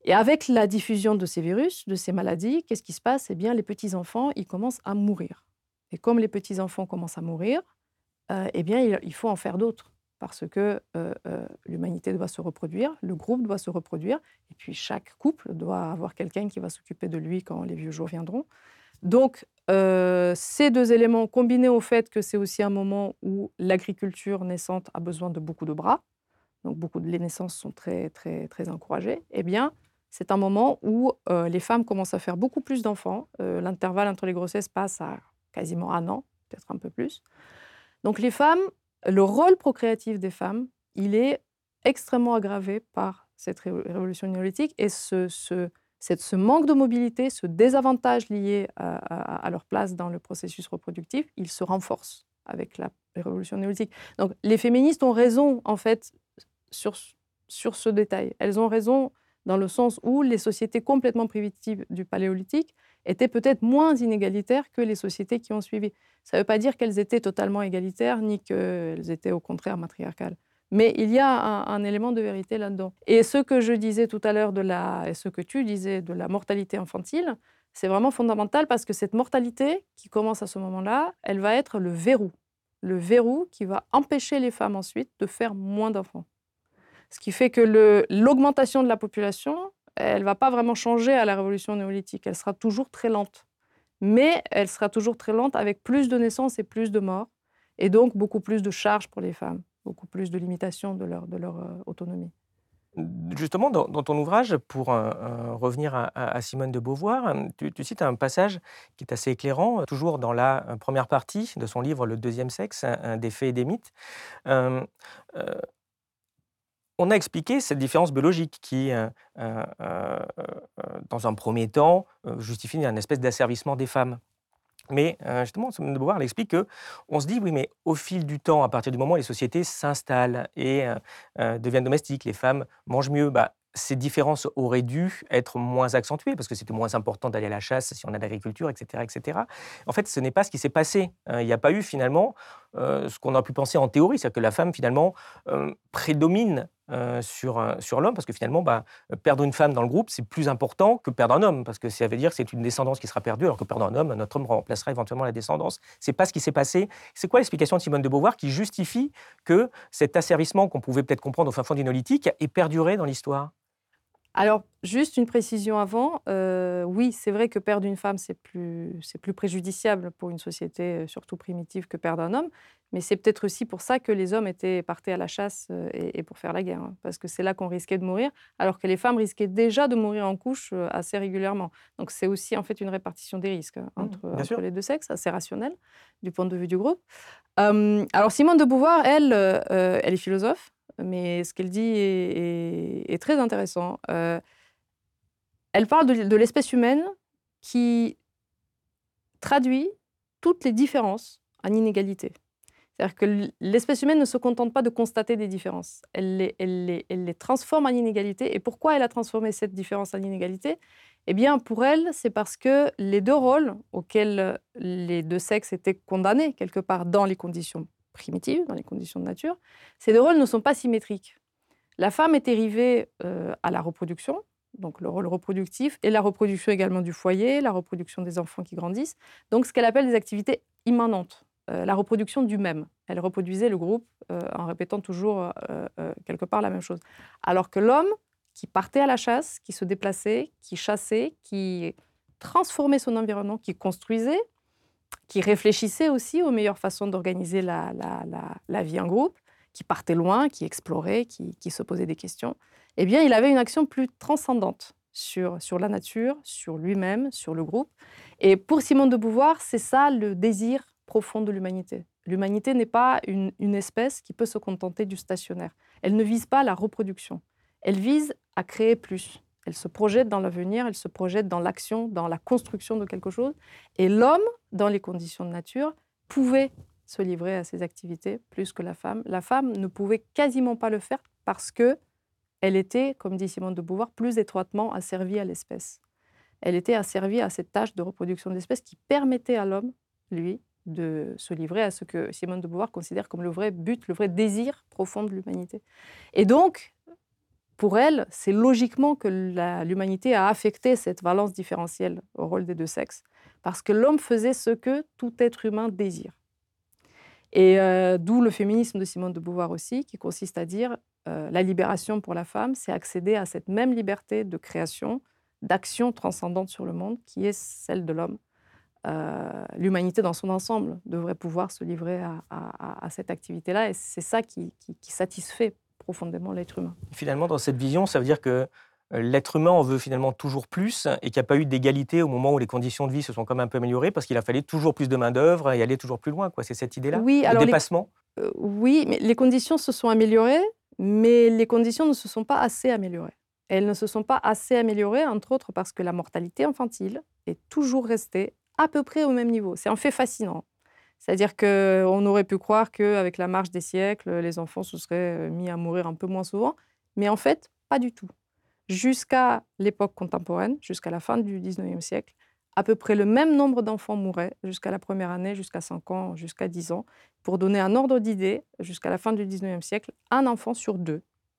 Et avec la diffusion de ces virus, de ces maladies, qu'est-ce qui se passe? Eh bien, les petits-enfants, ils commencent à mourir. Et comme les petits-enfants commencent à mourir, euh, eh bien, il, il faut en faire d'autres. Parce que euh, euh, l'humanité doit se reproduire, le groupe doit se reproduire, et puis chaque couple doit avoir quelqu'un qui va s'occuper de lui quand les vieux jours viendront. Donc, euh, ces deux éléments, combinés au fait que c'est aussi un moment où l'agriculture naissante a besoin de beaucoup de bras, donc beaucoup de les naissances sont très, très, très encouragées, eh bien, c'est un moment où euh, les femmes commencent à faire beaucoup plus d'enfants. Euh, l'intervalle entre les grossesses passe à quasiment un an, peut-être un peu plus. Donc, les femmes, le rôle procréatif des femmes, il est extrêmement aggravé par cette ré- révolution néolithique et ce, ce, cette- ce manque de mobilité, ce désavantage lié à, à- à leur place dans le processus reproductif, il se renforce avec la révolution néolithique. Donc, les féministes ont raison, en fait, sur, sur ce détail. Elles ont raison dans le sens où les sociétés complètement primitives du Paléolithique étaient peut-être moins inégalitaires que les sociétés qui ont suivi. Ça ne veut pas dire qu'elles étaient totalement égalitaires, ni qu'elles étaient au contraire matriarcales. Mais il y a un, un élément de vérité là-dedans. Et ce que je disais tout à l'heure, de la, et ce que tu disais de la mortalité infantile, c'est vraiment fondamental parce que cette mortalité qui commence à ce moment-là, elle va être le verrou. Le verrou qui va empêcher les femmes ensuite de faire moins d'enfants. Ce qui fait que le- l'augmentation de la population, elle ne va pas vraiment changer à la révolution néolithique. Elle sera toujours très lente. Mais elle sera toujours très lente avec plus de naissances et plus de morts. Et donc beaucoup plus de charges pour les femmes, beaucoup plus de limitations de leur, de leur euh, autonomie.
Justement, dans, dans ton ouvrage, pour euh, euh, revenir à, à- à Simone de Beauvoir, euh, tu, tu cites un passage qui est assez éclairant, euh, toujours dans la euh, première partie de son livre Le deuxième sexe, un- un des faits et des mythes. Euh, euh, on a expliqué cette différence biologique qui, euh, euh, euh, euh, dans un premier temps, euh, justifie un espèce d'asservissement des femmes. Mais euh, justement, Simone de Beauvoir elle explique que on se dit, oui, mais au fil du temps, à partir du moment où les sociétés s'installent et euh, euh, deviennent domestiques, les femmes mangent mieux, bah, ces différences auraient dû être moins accentuées parce que c'était moins important d'aller à la chasse si on a de l'agriculture, et cetera, et cetera. En fait, ce n'est pas ce qui s'est passé. Euh, Il n'y a pas eu finalement euh, ce qu'on a pu penser en théorie, c'est-à-dire que la femme finalement euh, prédomine euh, sur, euh, sur l'homme parce que finalement, bah, perdre une femme dans le groupe, c'est plus important que perdre un homme parce que ça veut dire que c'est une descendance qui sera perdue alors que perdre un homme, notre homme remplacera éventuellement la descendance. C'est pas ce qui s'est passé. C'est quoi l'explication de Simone de Beauvoir qui justifie que cet asservissement qu'on pouvait peut-être comprendre au fin fond du néolithique ait perduré dans l'histoire?
Alors, juste une précision avant. Euh, oui, c'est vrai que perdre une femme, c'est plus, c'est plus préjudiciable pour une société, euh, surtout primitive, que perdre un homme. Mais c'est peut-être aussi pour ça que les hommes étaient partés à la chasse euh, et, et pour faire la guerre, hein, parce que c'est là qu'on risquait de mourir, alors que les femmes risquaient déjà de mourir en couche euh, assez régulièrement. Donc, c'est aussi en fait une répartition des risques hein,
Mmh,
entre,
bien
entre
sûr.
les deux sexes, assez rationnel du point de vue du groupe. Euh, alors, Simone de Beauvoir, elle, euh, euh, elle est philosophe, mais ce qu'elle dit est, est- est très intéressant. Euh, Elle parle de, de l'espèce humaine qui traduit toutes les différences en inégalité. C'est-à-dire que l- l'espèce humaine ne se contente pas de constater des différences. Elle les, elle les- elle les transforme en inégalité. Et pourquoi elle a transformé cette différence en inégalité? Eh bien, pour elle, c'est parce que les deux rôles auxquels les deux sexes étaient condamnés, quelque part, dans les conditions primitives, dans les conditions de nature, ces deux rôles ne sont pas symétriques. La femme est dérivée euh, à la reproduction, donc le rôle reproductif, et la reproduction également du foyer, la reproduction des enfants qui grandissent, donc ce qu'elle appelle des activités immanentes, euh, la reproduction du même. Elle reproduisait le groupe euh, en répétant toujours euh, euh, quelque part la même chose. Alors que l'homme, qui partait à la chasse, qui se déplaçait, qui chassait, qui transformait son environnement, qui construisait, qui réfléchissait aussi aux meilleures façons d'organiser la, la, la, la vie en groupe, qui partait loin, qui explorait, qui, qui se posait des questions, eh bien, il avait une action plus transcendante sur, sur la nature, sur lui-même, sur le groupe. Et pour Simone de Beauvoir, c'est ça le désir profond de l'humanité. L'humanité n'est pas une, une espèce qui peut se contenter du stationnaire. Elle ne vise pas la reproduction. Elle vise à créer plus. Elle se projette dans l'avenir, elle se projette dans l'action, dans la construction de quelque chose. Et l'homme, dans les conditions de nature, pouvait se livrer à ces activités plus que la femme. La femme ne pouvait quasiment pas le faire parce que elle était, comme dit Simone de Beauvoir, plus étroitement asservie à l'espèce. Elle était asservie à cette tâche de reproduction de l'espèce qui permettait à l'homme, lui, de se livrer à ce que Simone de Beauvoir considère comme le vrai but, le vrai désir profond de l'humanité. Et donc, pour elle, c'est logiquement que la- l'humanité a affecté cette valence différentielle au rôle des deux sexes, parce que l'homme faisait ce que tout être humain désire. Et euh, d'où le féminisme de Simone de Beauvoir aussi, qui consiste à dire euh, la libération pour la femme, c'est accéder à cette même liberté de création, d'action transcendante sur le monde, qui est celle de l'homme. Euh, l'humanité dans son ensemble devrait pouvoir se livrer à, à- à cette activité-là, et c'est ça qui, qui- qui satisfait profondément l'être humain.
Finalement, dans cette vision, ça veut dire que euh, l'être humain en veut finalement toujours plus et qu'il n'y a pas eu d'égalité au moment où les conditions de vie se sont quand même un peu améliorées parce qu'il a fallu toujours plus de main-d'œuvre et aller toujours plus loin, quoi. C'est cette idée-là,
Oui,
le
alors les,
dépassement.
euh, oui, mais les conditions se sont améliorées, mais les conditions ne se sont pas assez améliorées. Elles ne se sont pas assez améliorées, entre autres parce que la mortalité infantile est toujours restée à peu près au même niveau. C'est un fait fascinant. C'est-à-dire qu'on aurait pu croire qu'avec la marche des siècles, les enfants se seraient mis à mourir un peu moins souvent, mais en fait, pas du tout. Jusqu'à l'époque contemporaine, jusqu'à la fin du dix-neuvième siècle, à peu près le même nombre d'enfants mouraient jusqu'à la première année, jusqu'à cinq ans, jusqu'à dix ans. Pour donner un ordre d'idée, jusqu'à la fin du dix-neuvième siècle, un enfant sur deux,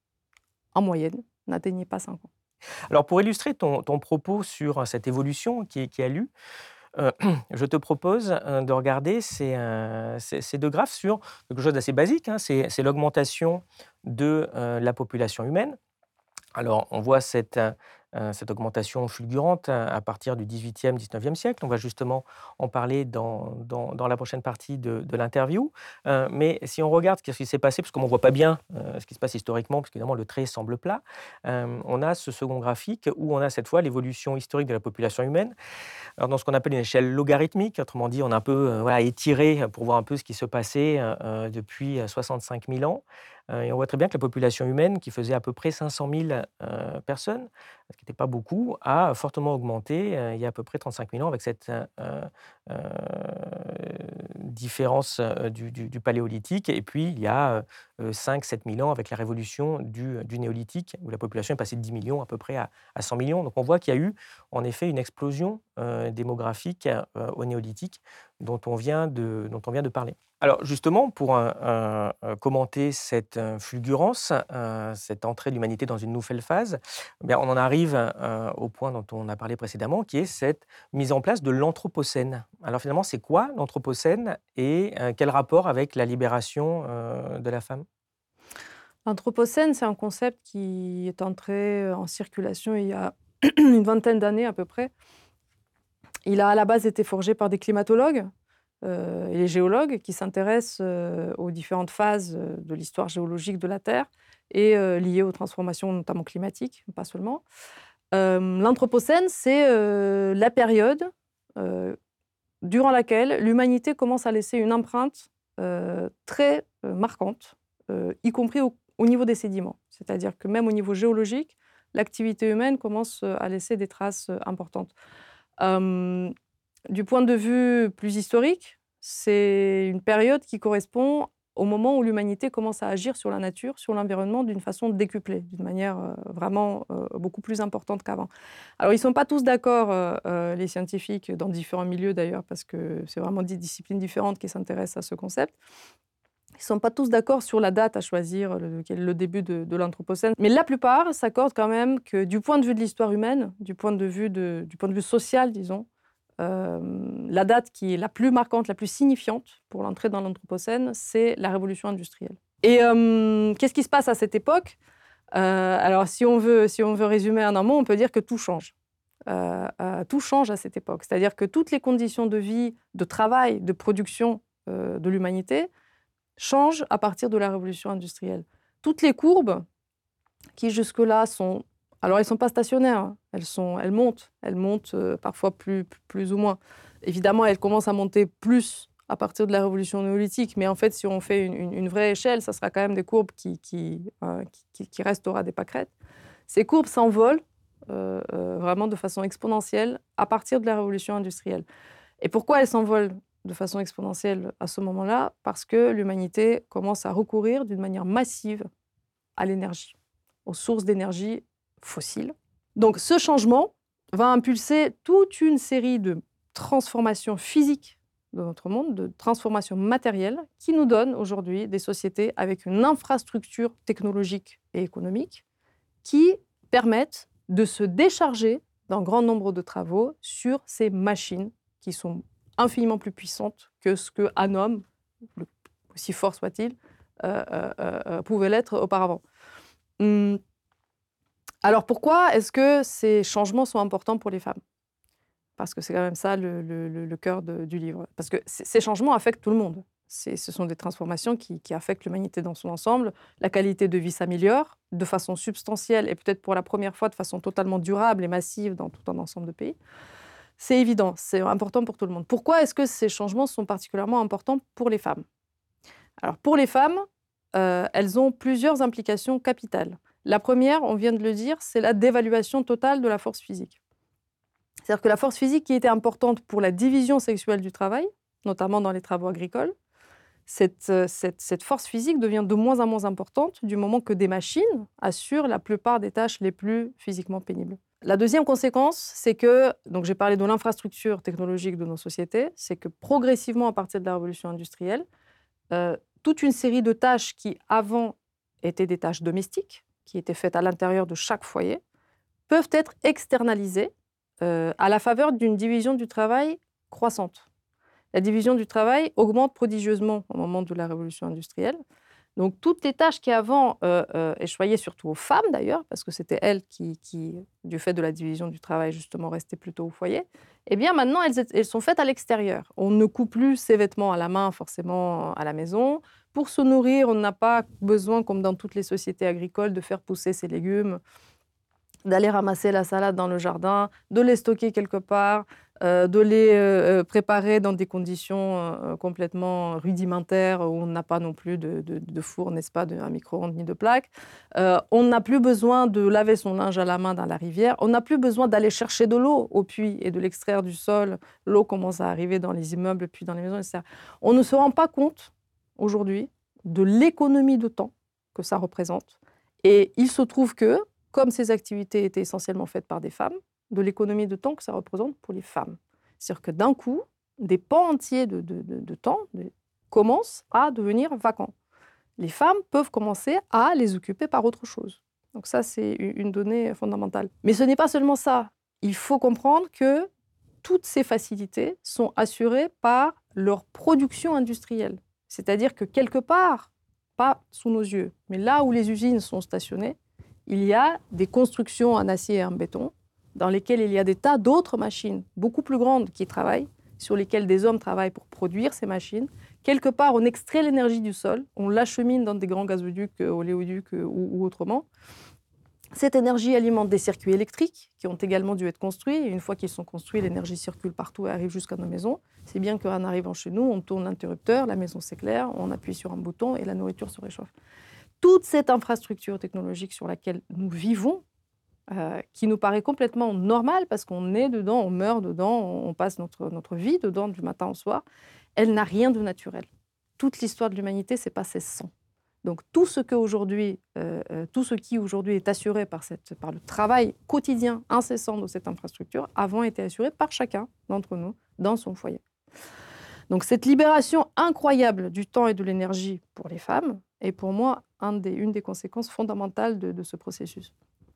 en moyenne, n'atteignait pas cinq ans.
Alors, pour illustrer ton, ton propos sur euh, cette évolution qui, qui a lieu, euh, je te propose euh, de regarder ces, euh, ces- ces deux graphes sur quelque chose d'assez basique, hein, c'est c'est l'augmentation de euh, la population humaine. Alors, on voit cette, euh, euh, cette augmentation fulgurante euh, à partir du dix-huitième, dix-neuvième siècle. On va justement en parler dans, dans- dans la prochaine partie de, de l'interview. Euh, mais si on regarde ce qui s'est passé, parce qu'on ne voit pas bien euh, ce qui se passe historiquement, parce qu'évidemment le trait semble plat, euh, on a ce second graphique où on a cette fois l'évolution historique de la population humaine. Alors, dans ce qu'on appelle une échelle logarithmique, autrement dit, on a un peu euh, voilà, étiré pour voir un peu ce qui se passait euh, euh, depuis euh, soixante-cinq mille ans. Euh, et on voit très bien que la population humaine, qui faisait à peu près cinq cent mille euh, personnes, ce qui n'était pas beaucoup, a fortement augmenté euh, il y a à peu près trente-cinq mille ans avec cette euh, euh, différence euh, du, du- du paléolithique. Et puis, il y a euh, cinq sept mille ans avec la révolution du, du néolithique, où la population est passée de dix millions à peu près à, à cent millions. Donc, on voit qu'il y a eu en effet une explosion euh, démographique euh, au néolithique dont on vient de, dont on vient de parler. Alors justement, pour euh, euh, commenter cette euh, fulgurance, euh, cette entrée de l'humanité dans une nouvelle phase, eh bien, on en arrive euh, au point dont on a parlé précédemment, qui est cette mise en place de l'Anthropocène. Alors finalement, c'est quoi l'Anthropocène et euh, quel rapport avec la libération euh, de la femme?
L'Anthropocène, c'est un concept qui est entré en circulation il y a une vingtaine d'années à peu près. Il a à la base été forgé par des climatologues euh, et les géologues qui s'intéressent euh, aux différentes phases euh, de l'histoire géologique de la Terre et euh, liées aux transformations notamment climatiques, pas seulement. Euh, L'Anthropocène, c'est euh, la période euh, durant laquelle l'humanité commence à laisser une empreinte euh, très euh, marquante, euh, y compris au, au niveau des sédiments. C'est-à-dire que même au niveau géologique, l'activité humaine commence euh, à laisser des traces euh, importantes. Euh, du point de vue plus historique, c'est une période qui correspond au moment où l'humanité commence à agir sur la nature, sur l'environnement, d'une façon décuplée, d'une manière euh, vraiment euh, beaucoup plus importante qu'avant. Alors, ils ne sont pas tous d'accord, euh, euh, les scientifiques, dans différents milieux d'ailleurs, parce que c'est vraiment des disciplines différentes qui s'intéressent à ce concept. Ils ne sont pas tous d'accord sur la date à choisir, le, le début de, de l'Anthropocène. Mais la plupart s'accordent quand même que du point de vue de l'histoire humaine, du point de vue, de, du point de vue social, disons, euh, la date qui est la plus marquante, la plus signifiante pour l'entrée dans l'Anthropocène, c'est la révolution industrielle. Et euh, qu'est-ce qui se passe à cette époque? Euh, Alors, si on, veut, si on veut résumer en un mot, on peut dire que tout change. Euh, euh, tout change à cette époque. C'est-à-dire que toutes les conditions de vie, de travail, de production euh, de l'humanité changent à partir de la révolution industrielle. Toutes les courbes qui jusque-là sont... Alors, elles ne sont pas stationnaires, hein. elles, sont, elles montent, elles montent euh, parfois plus, plus ou moins. Évidemment, elles commencent à monter plus à partir de la révolution néolithique, mais en fait, si on fait une, une, une vraie échelle, ça sera quand même des courbes qui, qui, euh, qui, qui restera des pâquerettes. Ces courbes s'envolent euh, euh, vraiment de façon exponentielle à partir de la révolution industrielle. Et pourquoi elles s'envolent de façon exponentielle à ce moment-là? Parce que l'humanité commence à recourir d'une manière massive à l'énergie, aux sources d'énergie fossiles. Donc ce changement va impulser toute une série de transformations physiques de notre monde, de transformations matérielles, qui nous donnent aujourd'hui des sociétés avec une infrastructure technologique et économique qui permettent de se décharger d'un grand nombre de travaux sur ces machines qui sont infiniment plus puissantes que ce qu'un homme, aussi fort soit-il, euh, euh, euh, pouvait l'être auparavant. Hum. Alors pourquoi est-ce que ces changements sont importants pour les femmes ? Parce que c'est quand même ça le, le, le cœur de, du livre. Parce que ces changements affectent tout le monde. C'est, ce sont des transformations qui, qui affectent l'humanité dans son ensemble. La qualité de vie s'améliore de façon substantielle et peut-être pour la première fois de façon totalement durable et massive dans tout un ensemble de pays. C'est évident, c'est important pour tout le monde. Pourquoi est-ce que ces changements sont particulièrement importants pour les femmes ? Alors pour les femmes, euh, elles ont plusieurs implications capitales. La première, on vient de le dire, c'est la dévaluation totale de la force physique. C'est-à-dire que la force physique qui était importante pour la division sexuelle du travail, notamment dans les travaux agricoles, cette, cette, cette force physique devient de moins en moins importante du moment que des machines assurent la plupart des tâches les plus physiquement pénibles. La deuxième conséquence, c'est que, donc j'ai parlé de l'infrastructure technologique de nos sociétés, c'est que progressivement, à partir de la révolution industrielle, euh, toute une série de tâches qui avant étaient des tâches domestiques, qui étaient faites à l'intérieur de chaque foyer, peuvent être externalisées euh, à la faveur d'une division du travail croissante. La division du travail augmente prodigieusement au moment de la révolution industrielle. Donc, toutes les tâches qui avant euh, euh, échoyaient surtout aux femmes, d'ailleurs, parce que c'était elles qui, qui, du fait de la division du travail, justement, restaient plutôt au foyer, eh bien, maintenant, elles, elles sont faites à l'extérieur. On ne coud plus ses vêtements à la main, forcément, à la maison. Pour se nourrir, on n'a pas besoin, comme dans toutes les sociétés agricoles, de faire pousser ses légumes, d'aller ramasser la salade dans le jardin, de les stocker quelque part, euh, de les euh, préparer dans des conditions euh, complètement rudimentaires où on n'a pas non plus de, de, de four, n'est-ce pas, de, un micro-ondes ni de plaque. Euh, on n'a plus besoin de laver son linge à la main dans la rivière. On n'a plus besoin d'aller chercher de l'eau au puits et de l'extraire du sol. L'eau commence à arriver dans les immeubles, puis dans les maisons, et cetera. On ne se rend pas compte aujourd'hui de l'économie de temps que ça représente. Et il se trouve que, comme ces activités étaient essentiellement faites par des femmes, de l'économie de temps que ça représente pour les femmes. C'est-à-dire que d'un coup, des pans entiers de, de, de, de temps de, commencent à devenir vacants. Les femmes peuvent commencer à les occuper par autre chose. Donc ça, c'est une donnée fondamentale. Mais ce n'est pas seulement ça. Il faut comprendre que toutes ces facilités sont assurées par leur production industrielle. C'est-à-dire que quelque part, pas sous nos yeux, mais là où les usines sont stationnées, il y a des constructions en acier et en béton dans lesquelles il y a des tas d'autres machines beaucoup plus grandes qui travaillent, sur lesquelles des hommes travaillent pour produire ces machines. Quelque part, on extrait l'énergie du sol, on l'achemine dans des grands gazoducs, oléoducs ou, ou autrement. Cette énergie alimente des circuits électriques qui ont également dû être construits. Et une fois qu'ils sont construits, l'énergie circule partout et arrive jusqu'à nos maisons. C'est bien qu'en arrivant chez nous, on tourne l'interrupteur, la maison s'éclaire, on appuie sur un bouton et la nourriture se réchauffe. Toute cette infrastructure technologique sur laquelle nous vivons, euh, qui nous paraît complètement normale parce qu'on est dedans, on meurt dedans, on passe notre, notre vie dedans du matin au soir, elle n'a rien de naturel. Toute l'histoire de l'humanité s'est passée sans. Donc tout ce, que aujourd'hui, euh, tout ce qui aujourd'hui est assuré par, cette, par le travail quotidien, incessant de cette infrastructure, avant été assuré par chacun d'entre nous dans son foyer. Donc cette libération incroyable du temps et de l'énergie pour les femmes est pour moi un des, une des conséquences fondamentales de, de ce processus.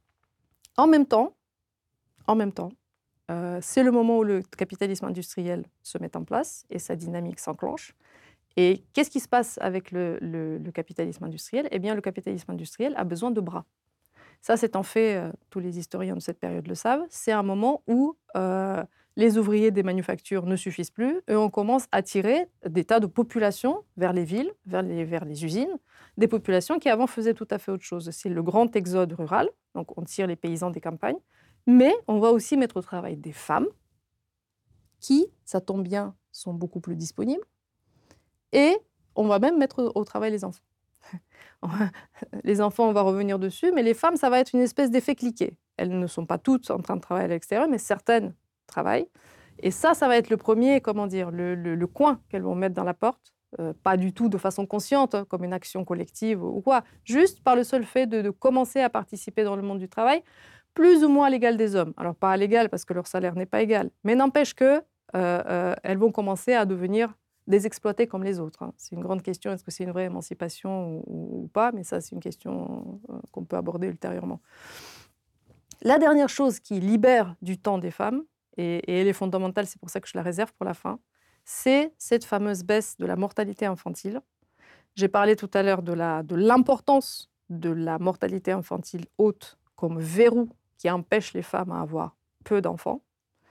En même temps, en même temps euh, c'est le moment où le capitalisme industriel se met en place et sa dynamique s'enclenche. Et qu'est-ce qui se passe avec le, le, le capitalisme industriel ? Eh bien, le capitalisme industriel a besoin de bras. Ça, c'est en fait, euh, tous les historiens de cette période le savent, c'est un moment où euh, les ouvriers des manufactures ne suffisent plus et on commence à tirer des tas de populations vers les villes, vers les, vers les usines, des populations qui avant faisaient tout à fait autre chose. C'est le grand exode rural, donc on tire les paysans des campagnes, mais on va aussi mettre au travail des femmes qui, ça tombe bien, sont beaucoup plus disponibles, et on va même mettre au travail les enfants. Les enfants, on va revenir dessus, mais les femmes, ça va être une espèce d'effet cliquet. Elles ne sont pas toutes en train de travailler à l'extérieur, mais certaines travaillent. Et ça, ça va être le premier, comment dire, le, le, le coin qu'elles vont mettre dans la porte. Euh, pas du tout de façon consciente, hein, comme une action collective ou quoi. Juste par le seul fait de, de commencer à participer dans le monde du travail, plus ou moins à l'égal des hommes. Alors, pas à l'égal, parce que leur salaire n'est pas égal. Mais n'empêche que euh, euh, elles vont commencer à devenir désexploiter comme les autres, hein. C'est une grande question, est-ce que c'est une vraie émancipation ou, ou pas? Mais ça, c'est une question euh, qu'on peut aborder ultérieurement. La dernière chose qui libère du temps des femmes, et, et elle est fondamentale, c'est pour ça que je la réserve pour la fin, c'est cette fameuse baisse de la mortalité infantile. J'ai parlé tout à l'heure de la, de l'importance de la mortalité infantile haute comme verrou qui empêche les femmes à avoir peu d'enfants.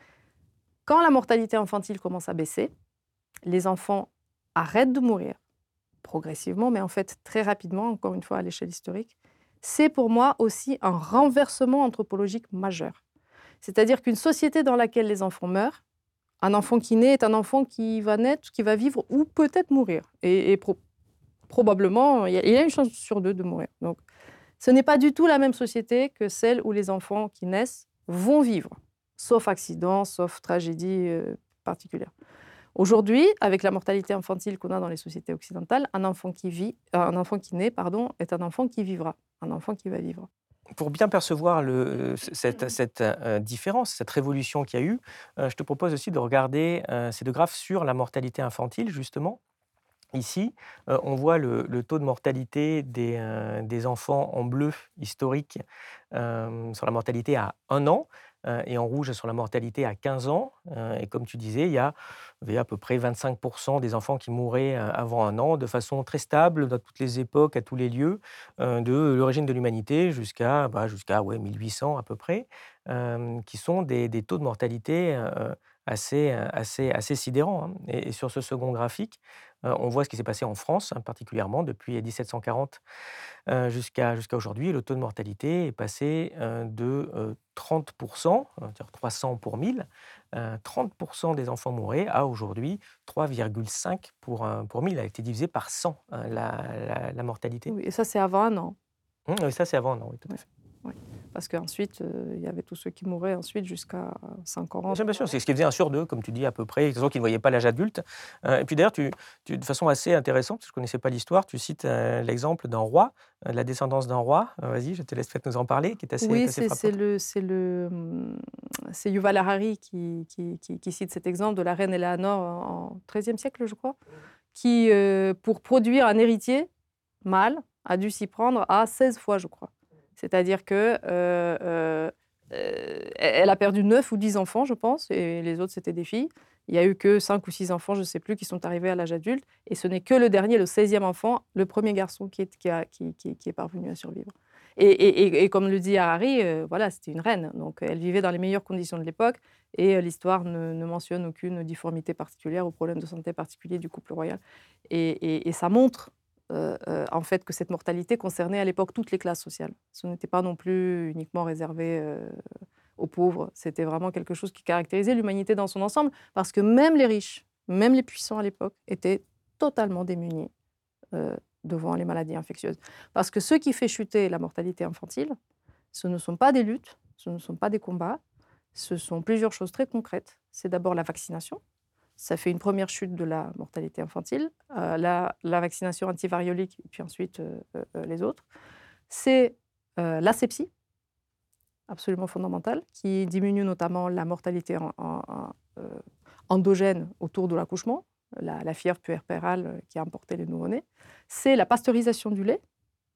Quand la mortalité infantile commence à baisser, les enfants arrêtent de mourir progressivement, mais en fait très rapidement, encore une fois à l'échelle historique. C'est pour moi aussi un renversement anthropologique majeur. C'est-à-dire qu'une société dans laquelle les enfants meurent, un enfant qui naît est un enfant qui va naître, qui va vivre ou peut-être mourir. Et, et pro- probablement, il y, a, il y a une chance sur deux de mourir. Donc, ce n'est pas du tout la même société que celle où les enfants qui naissent vont vivre, sauf accident, sauf tragédie euh, particulière. Aujourd'hui, avec la mortalité infantile qu'on a dans les sociétés occidentales, un enfant qui vit, euh, un enfant qui naît, pardon, est un enfant qui vivra, un enfant qui va vivre.
Pour bien percevoir le, cette, cette euh, différence, cette révolution qu'il y a eu, euh, je te propose aussi de regarder euh, ces deux graphes sur la mortalité infantile, justement. Ici, euh, on voit le, le taux de mortalité des, euh, des enfants en bleu historique euh, sur la mortalité à un an euh, et en rouge sur la mortalité à quinze ans. Euh, et comme tu disais, il y, a, il y a à peu près vingt-cinq pour cent des enfants qui mouraient euh, avant un an de façon très stable dans toutes les époques, à tous les lieux, euh, de l'origine de l'humanité jusqu'à bah, jusqu'à ouais, mille huit cents à peu près, euh, qui sont des, des taux de mortalité euh, assez, assez, assez sidérants, hein. Et, et sur ce second graphique, euh, on voit ce qui s'est passé en France, hein, particulièrement depuis dix-sept cent quarante euh, jusqu'à jusqu'à aujourd'hui. Le taux de mortalité est passé euh, de euh, trente pour cent, c'est-à-dire trois cents pour mille, euh, trente pour cent des enfants mouraient à aujourd'hui trois virgule cinq pour, euh, pour mille. Elle a été divisée par cent, hein, la, la, la mortalité.
Oui, et ça, c'est avant un an.
Hum, oui, ça, c'est avant, non, oui, tout à
Ouais.
fait.
Oui. Parce qu'ensuite, euh, il y avait tous ceux qui mouraient ensuite jusqu'à cinq ans.
Bien sûr, bien sûr, c'est ce qui faisait un sur deux, comme tu dis, à peu près, des gens qui ne voyaient pas l'âge adulte. Euh, et puis d'ailleurs, tu, tu- de façon assez intéressante, parce que je ne connaissais pas l'histoire, tu cites euh, l'exemple d'un roi, euh, de la descendance d'un roi. Euh, vas-y, je te laisse peut-être nous en parler, qui est assez, qui
Oui,
est assez
c'est c'est
frappante.
le, c'est le, hum, c'est Yuval Harari qui, qui, qui- qui cite cet exemple de la reine Éléanore en en treizième siècle, je crois, qui, euh, pour produire un héritier mâle, a dû s'y prendre à seize fois, je crois. C'est-à-dire que euh, euh, euh, elle a perdu neuf ou dix enfants, je pense, et les autres, c'était des filles. Il n'y a eu que cinq ou six enfants, je ne sais plus, qui sont arrivés à l'âge adulte. Et ce n'est que le dernier, le seizième enfant, le premier garçon, qui est, qui a- qui- qui- qui est parvenu à survivre. Et, et- et- et comme le dit Harari, euh, voilà, c'était une reine. Donc, elle vivait dans les meilleures conditions de l'époque. Et euh, l'histoire ne, ne mentionne aucune difformité particulière ou problème de santé particulier du couple royal. Et, et- et ça montre euh, euh, en fait que cette mortalité concernait à l'époque toutes les classes sociales. Ce n'était pas non plus uniquement réservé euh, aux pauvres. C'était vraiment quelque chose qui caractérisait l'humanité dans son ensemble, parce que même les riches, même les puissants à l'époque, étaient totalement démunis euh, devant les maladies infectieuses. Parce que ce qui fait chuter la mortalité infantile, ce ne sont pas des luttes, ce ne sont pas des combats, ce sont plusieurs choses très concrètes. C'est d'abord la vaccination. Ça fait une première chute de la mortalité infantile, euh, la, la vaccination antivariolique, et puis ensuite euh, euh, les autres. C'est euh, l'asepsie, absolument fondamentale, qui diminue notamment la mortalité en- en- en, euh, endogène autour de l'accouchement, la, la fièvre puerpérale qui a emporté les nouveau-nés. C'est la pasteurisation du lait,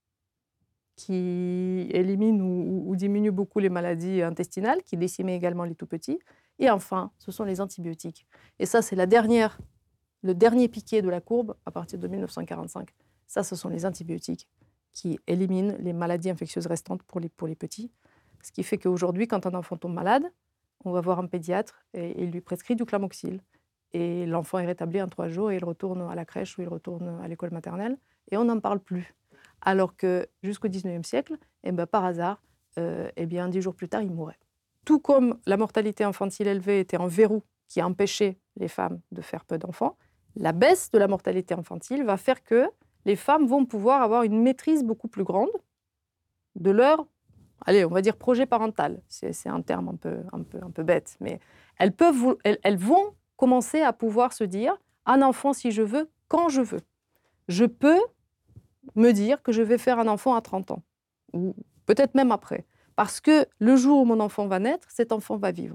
qui élimine ou, ou- ou diminue beaucoup les maladies intestinales, qui décimaient également les tout-petits. Et enfin, ce sont les antibiotiques. Et ça, c'est la dernière, le dernier piqué de la courbe à partir de mille neuf cent quarante-cinq. Ça, ce sont les antibiotiques qui éliminent les maladies infectieuses restantes pour les, pour les petits. Ce qui fait qu'aujourd'hui, quand un enfant tombe malade, on va voir un pédiatre et il lui prescrit du Clamoxyl. Et l'enfant est rétabli en trois jours et il retourne à la crèche ou il retourne à l'école maternelle. Et on n'en parle plus. Alors que jusqu'au dix-neuvième siècle, eh ben, par hasard, euh, eh bien, dix jours plus tard, il mourait. Tout comme la mortalité infantile élevée était un verrou qui empêchait les femmes de faire peu d'enfants, la baisse de la mortalité infantile va faire que les femmes vont pouvoir avoir une maîtrise beaucoup plus grande de leur, allez, on va dire projet parental. C'est, c'est un terme un peu, un, peu, un peu bête, mais elles, peuvent, vou- elles, elles vont commencer à pouvoir se dire, un enfant si je veux, quand je veux. Je peux me dire que je vais faire un enfant à trente ans, ou peut-être même après. Parce que le jour où mon enfant va naître, cet enfant va vivre.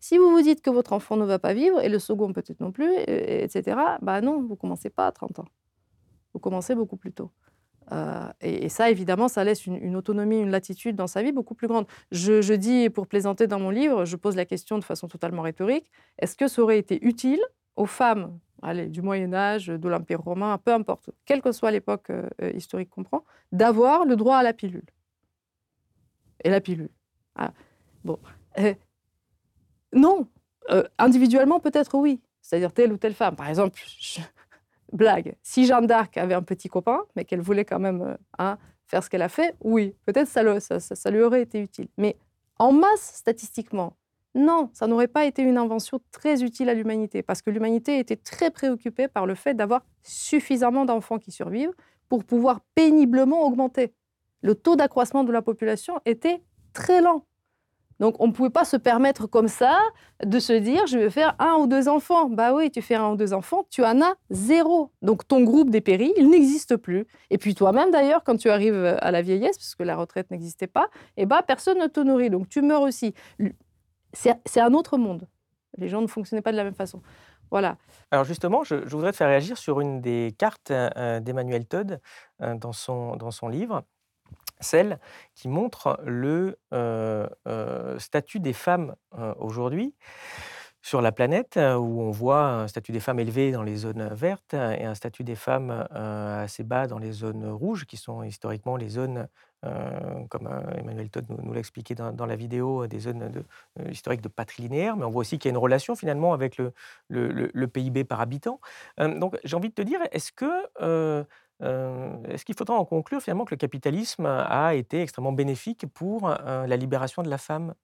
Si vous vous dites que votre enfant ne va pas vivre, et le second peut-être non plus, et- et- etc., bah non, vous ne commencez pas à trente ans. Vous commencez beaucoup plus tôt. Euh, et, et ça, évidemment, ça laisse une, une autonomie, une latitude dans sa vie beaucoup plus grande. Je, je dis, pour plaisanter dans mon livre, je pose la question de façon totalement rhétorique, est-ce que ça aurait été utile aux femmes, allez, du Moyen-Âge, de l'Empire romain, peu importe, quelle que soit l'époque euh, euh, historique qu'on prend, d'avoir le droit à la pilule? Et la pilule. Ah, bon. Euh, non. Euh, individuellement, peut-être oui. C'est-à-dire telle ou telle femme. Par exemple, je- blague, si Jeanne d'Arc avait un petit copain, mais qu'elle voulait quand même euh, hein, faire ce qu'elle a fait, oui, peut-être ça, le- ça, ça- ça lui aurait été utile. Mais en masse, statistiquement, non, ça n'aurait pas été une invention très utile à l'humanité, parce que l'humanité était très préoccupée par le fait d'avoir suffisamment d'enfants qui survivent pour pouvoir péniblement augmenter. Le taux d'accroissement de la population était très lent. Donc, on ne pouvait pas se permettre comme ça de se dire, je vais faire un ou deux enfants. Bah oui, tu fais un ou deux enfants, tu en as zéro. Donc, ton groupe dépérit, il n'existe plus. Et puis, toi-même, d'ailleurs, quand tu arrives à la vieillesse, parce que la retraite n'existait pas, eh ben, personne ne te nourrit. Donc, tu meurs aussi. C'est c'est un autre monde. Les gens ne fonctionnaient pas de la même façon. Voilà.
Alors justement, je, je voudrais te faire réagir sur une des cartes euh, d'Emmanuel Todd euh, dans son, dans son livre, celle qui montre le euh, euh, statut des femmes euh, aujourd'hui sur la planète, euh, où on voit un statut des femmes élevé dans les zones vertes euh, et un statut des femmes euh, assez bas dans les zones rouges, qui sont historiquement les zones, euh, comme euh, Emmanuel Todd nous, nous l'a expliqué dans, dans la vidéo, des zones de, euh, historiques de patrilinéaire, mais on voit aussi qu'il y a une relation finalement avec le, le- le- le P I B par habitant. Euh, donc j'ai envie de te dire, est-ce que euh, euh, est-ce qu'il faudra en conclure finalement que le capitalisme a été extrêmement bénéfique pour euh, la libération de la femme?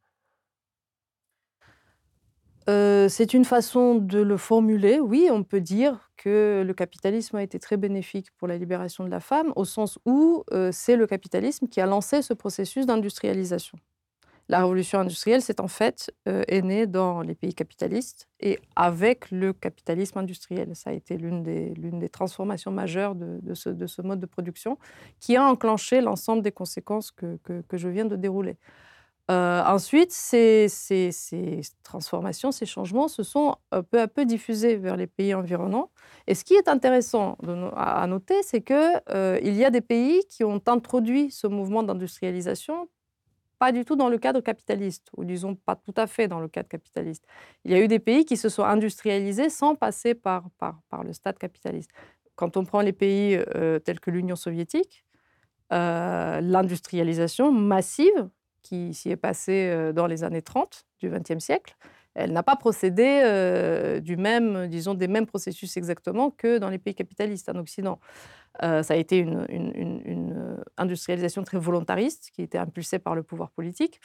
Euh, c'est une façon de le formuler. Oui, on peut dire que le capitalisme a été très bénéfique pour la libération de la femme, au sens où euh, c'est le capitalisme qui a lancé ce processus d'industrialisation. La révolution industrielle, c'est en fait euh, est née dans les pays capitalistes et avec le capitalisme industriel. Ça a été l'une des, l'une des transformations majeures de, de ce, de ce mode de production qui a enclenché l'ensemble des conséquences que, que, que je viens de dérouler. Euh, ensuite, ces, ces- ces transformations, ces changements se sont euh, peu à peu diffusés vers les pays environnants. Et ce qui est intéressant de no- à à noter, c'est qu'il y a des pays qui ont introduit ce mouvement d'industrialisation pas du tout dans le cadre capitaliste, ou disons pas tout à fait dans le cadre capitaliste. Il y a eu des pays qui se sont industrialisés sans passer par, par, par le stade capitaliste. Quand on prend les pays euh, tels que l'Union soviétique, euh, l'industrialisation massive qui s'y est passée euh, dans les années trente du vingtième siècle, elle n'a pas procédé euh, du même, disons, des mêmes processus exactement que dans les pays capitalistes en Occident. Euh, ça a été une, une- une- une, euh, industrialisation très volontariste qui était impulsée par le pouvoir politique.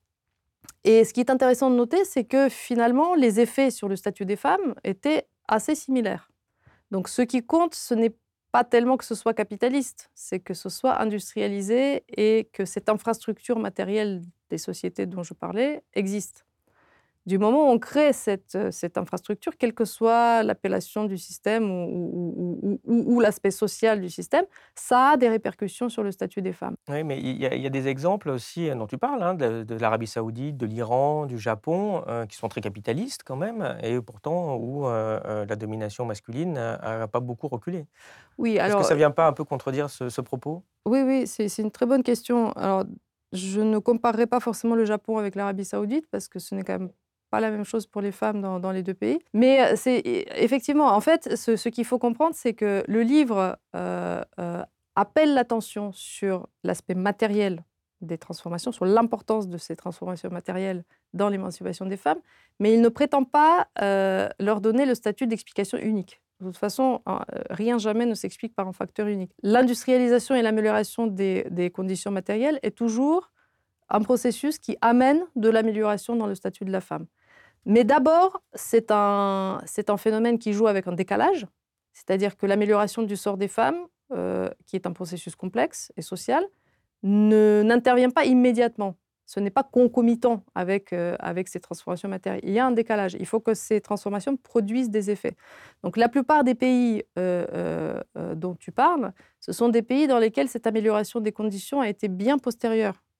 Et ce qui est intéressant de noter, c'est que finalement, les effets sur le statut des femmes étaient assez similaires. Donc ce qui compte, ce n'est pas tellement que ce soit capitaliste, c'est que ce soit industrialisé et que cette infrastructure matérielle des sociétés dont je parlais existe. Du moment où on crée cette, euh, cette infrastructure, quelle que soit l'appellation du système ou, ou- ou- ou- ou l'aspect social du système, ça a des répercussions sur le statut des femmes.
Oui, mais il y a il y a des exemples aussi, heu, dont tu parles, hein, de de l'Arabie Saoudite, de l'Iran, du Japon, heu, qui sont très capitalistes quand même et pourtant où, heu heu, la domination masculine n'a pas beaucoup reculé.
Oui,
Est-ce que
alors,
ça vient pas un peu contredire ce ce propos?
oui, oui, c'est c'est une très bonne question. Alors, je ne comparerai pas forcément le Japon avec l'Arabie Saoudite parce que ce n'est quand même pas la même chose pour les femmes dans, dans les deux pays. Mais euh, c'est e- effectivement, en fait, ce, ce qu'il faut comprendre, c'est que le livre euh, euh, appelle l'attention sur l'aspect matériel des transformations, sur l'importance de ces transformations matérielles dans l'émancipation des femmes, mais il ne prétend pas euh, leur donner le statut d'explication unique. De toute façon, hein, euh, rien jamais ne s'explique par un facteur unique. L'industrialisation et l'amélioration des, des conditions matérielles est toujours un processus qui amène de l'amélioration dans le statut de la femme. Mais d'abord, c'est un, c'est un phénomène qui joue avec un décalage, c'est-à-dire que l'amélioration du sort des femmes, euh, qui est un processus complexe et social, ne- n'intervient pas immédiatement. Ce n'est pas concomitant avec, euh, avec ces transformations matérielles. Il y a un décalage. Il faut que ces transformations produisent des effets. Donc la plupart des pays euh, euh, euh, dont tu parles, ce sont des pays dans lesquels cette amélioration des conditions a été bien postérieure.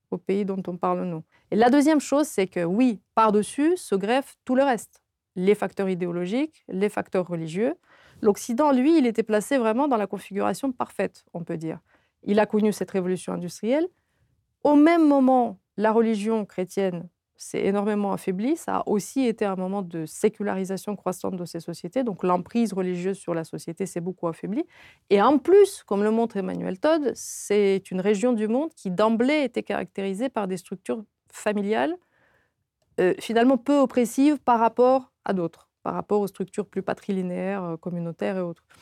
au pays dont on parle nous. Et la deuxième chose, c'est que oui, par-dessus se greffe tout le reste. Les facteurs idéologiques, les facteurs religieux. L'Occident, lui, il était placé vraiment dans la configuration parfaite, on peut dire. Il a connu cette révolution industrielle. Au même moment, la religion chrétienne s'est énormément affaiblie. Ça a aussi été un moment de sécularisation croissante de ces sociétés. Donc l'emprise religieuse sur la société s'est beaucoup affaiblie. Et en plus, comme le montre Emmanuel Todd, c'est une région du monde qui d'emblée était caractérisée par des structures familiales euh, finalement peu oppressives par rapport à d'autres, par rapport aux structures plus patrilinéaires, euh, communautaires et autres.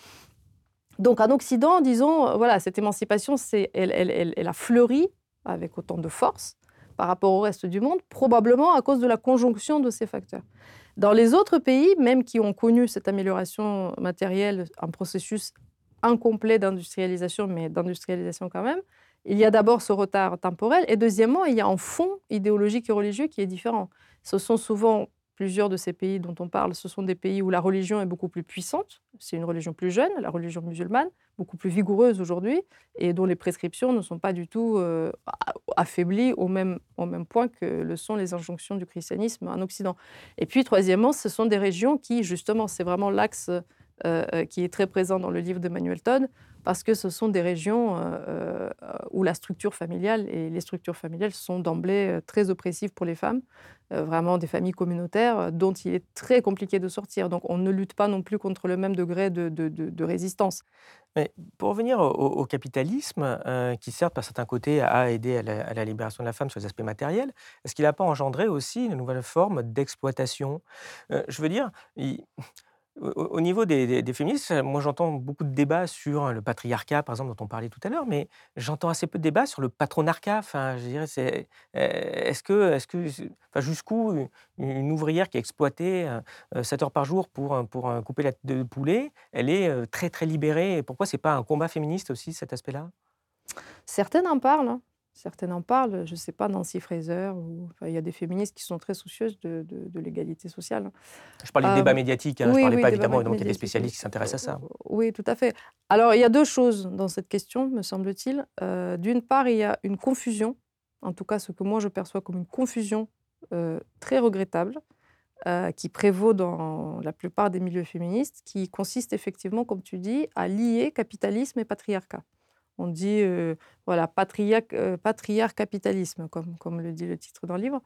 Donc en Occident, disons, euh, voilà, cette émancipation, c'est, elle, elle, elle, elle a fleuri avec autant de force par rapport au reste du monde, probablement à cause de la conjonction de ces facteurs. Dans les autres pays, même qui ont connu cette amélioration matérielle, un processus incomplet d'industrialisation, mais d'industrialisation quand même, il y a d'abord ce retard temporel, et deuxièmement, il y a un fond idéologique et religieux qui est différent. Ce sont souvent plusieurs de ces pays dont on parle, ce sont des pays où la religion est beaucoup plus puissante. C'est une religion plus jeune, la religion musulmane, beaucoup plus vigoureuse aujourd'hui, et dont les prescriptions ne sont pas du tout euh, affaiblies au même, au même point que le sont les injonctions du christianisme en Occident. Et puis, troisièmement, ce sont des régions qui, justement, c'est vraiment l'axe euh, qui est très présent dans le livre d'Emmanuel Todd, parce que ce sont des régions euh, où la structure familiale et les structures familiales sont d'emblée très oppressives pour les femmes, euh, vraiment des familles communautaires dont il est très compliqué de sortir. Donc on ne lutte pas non plus contre le même degré de, de, de, de résistance.
Mais pour revenir au, au capitalisme, euh, qui certes par certains côtés a aidé à la, à la libération de la femme sur les aspects matériels, est-ce qu'il n'a pas engendré aussi une nouvelle forme d'exploitation? euh, Je veux dire, il... Au au niveau des des des féministes, moi j'entends beaucoup de débats sur le patriarcat, par exemple, dont on parlait tout à l'heure, mais j'entends assez peu de débats sur le patronarcat. Enfin, je dirais, c'est, heu, est-ce que est-ce que c'est enfin, jusqu'où u une ouvrière qui est exploitée, heu heu, sept heures par jour pour, heu, pour, heu, couper la tête de poulet, elle est, heu, très, très libérée? Et pourquoi c'est pas un combat féministe aussi, cet aspect-là?
Certaines en parlent, hein. Certaines en parlent. Je ne sais pas, Nancy Fraser, ou enfin, il y a des féministes qui sont très soucieuses de, de, de l'égalité sociale.
Je parlais de débat
Euh,
médiatique, hein, je
oui,
parlais
oui,
pas
débat
évidemment, donc il y a des
médiatique, oui.
spécialistes qui s'intéressent à ça.
Oui, tout à fait. Alors, il y a deux choses dans cette question, me semble-t-il. Euh, d'une part, il y a une confusion, en tout cas ce que moi je perçois comme une confusion euh, très regrettable, euh, qui prévaut dans la plupart des milieux féministes, qui consiste effectivement, comme tu dis, à lier capitalisme et patriarcat. On dit, euh, voilà, patriarc, euh, patriarcat-capitalisme, comme, comme le dit le titre dans le livre.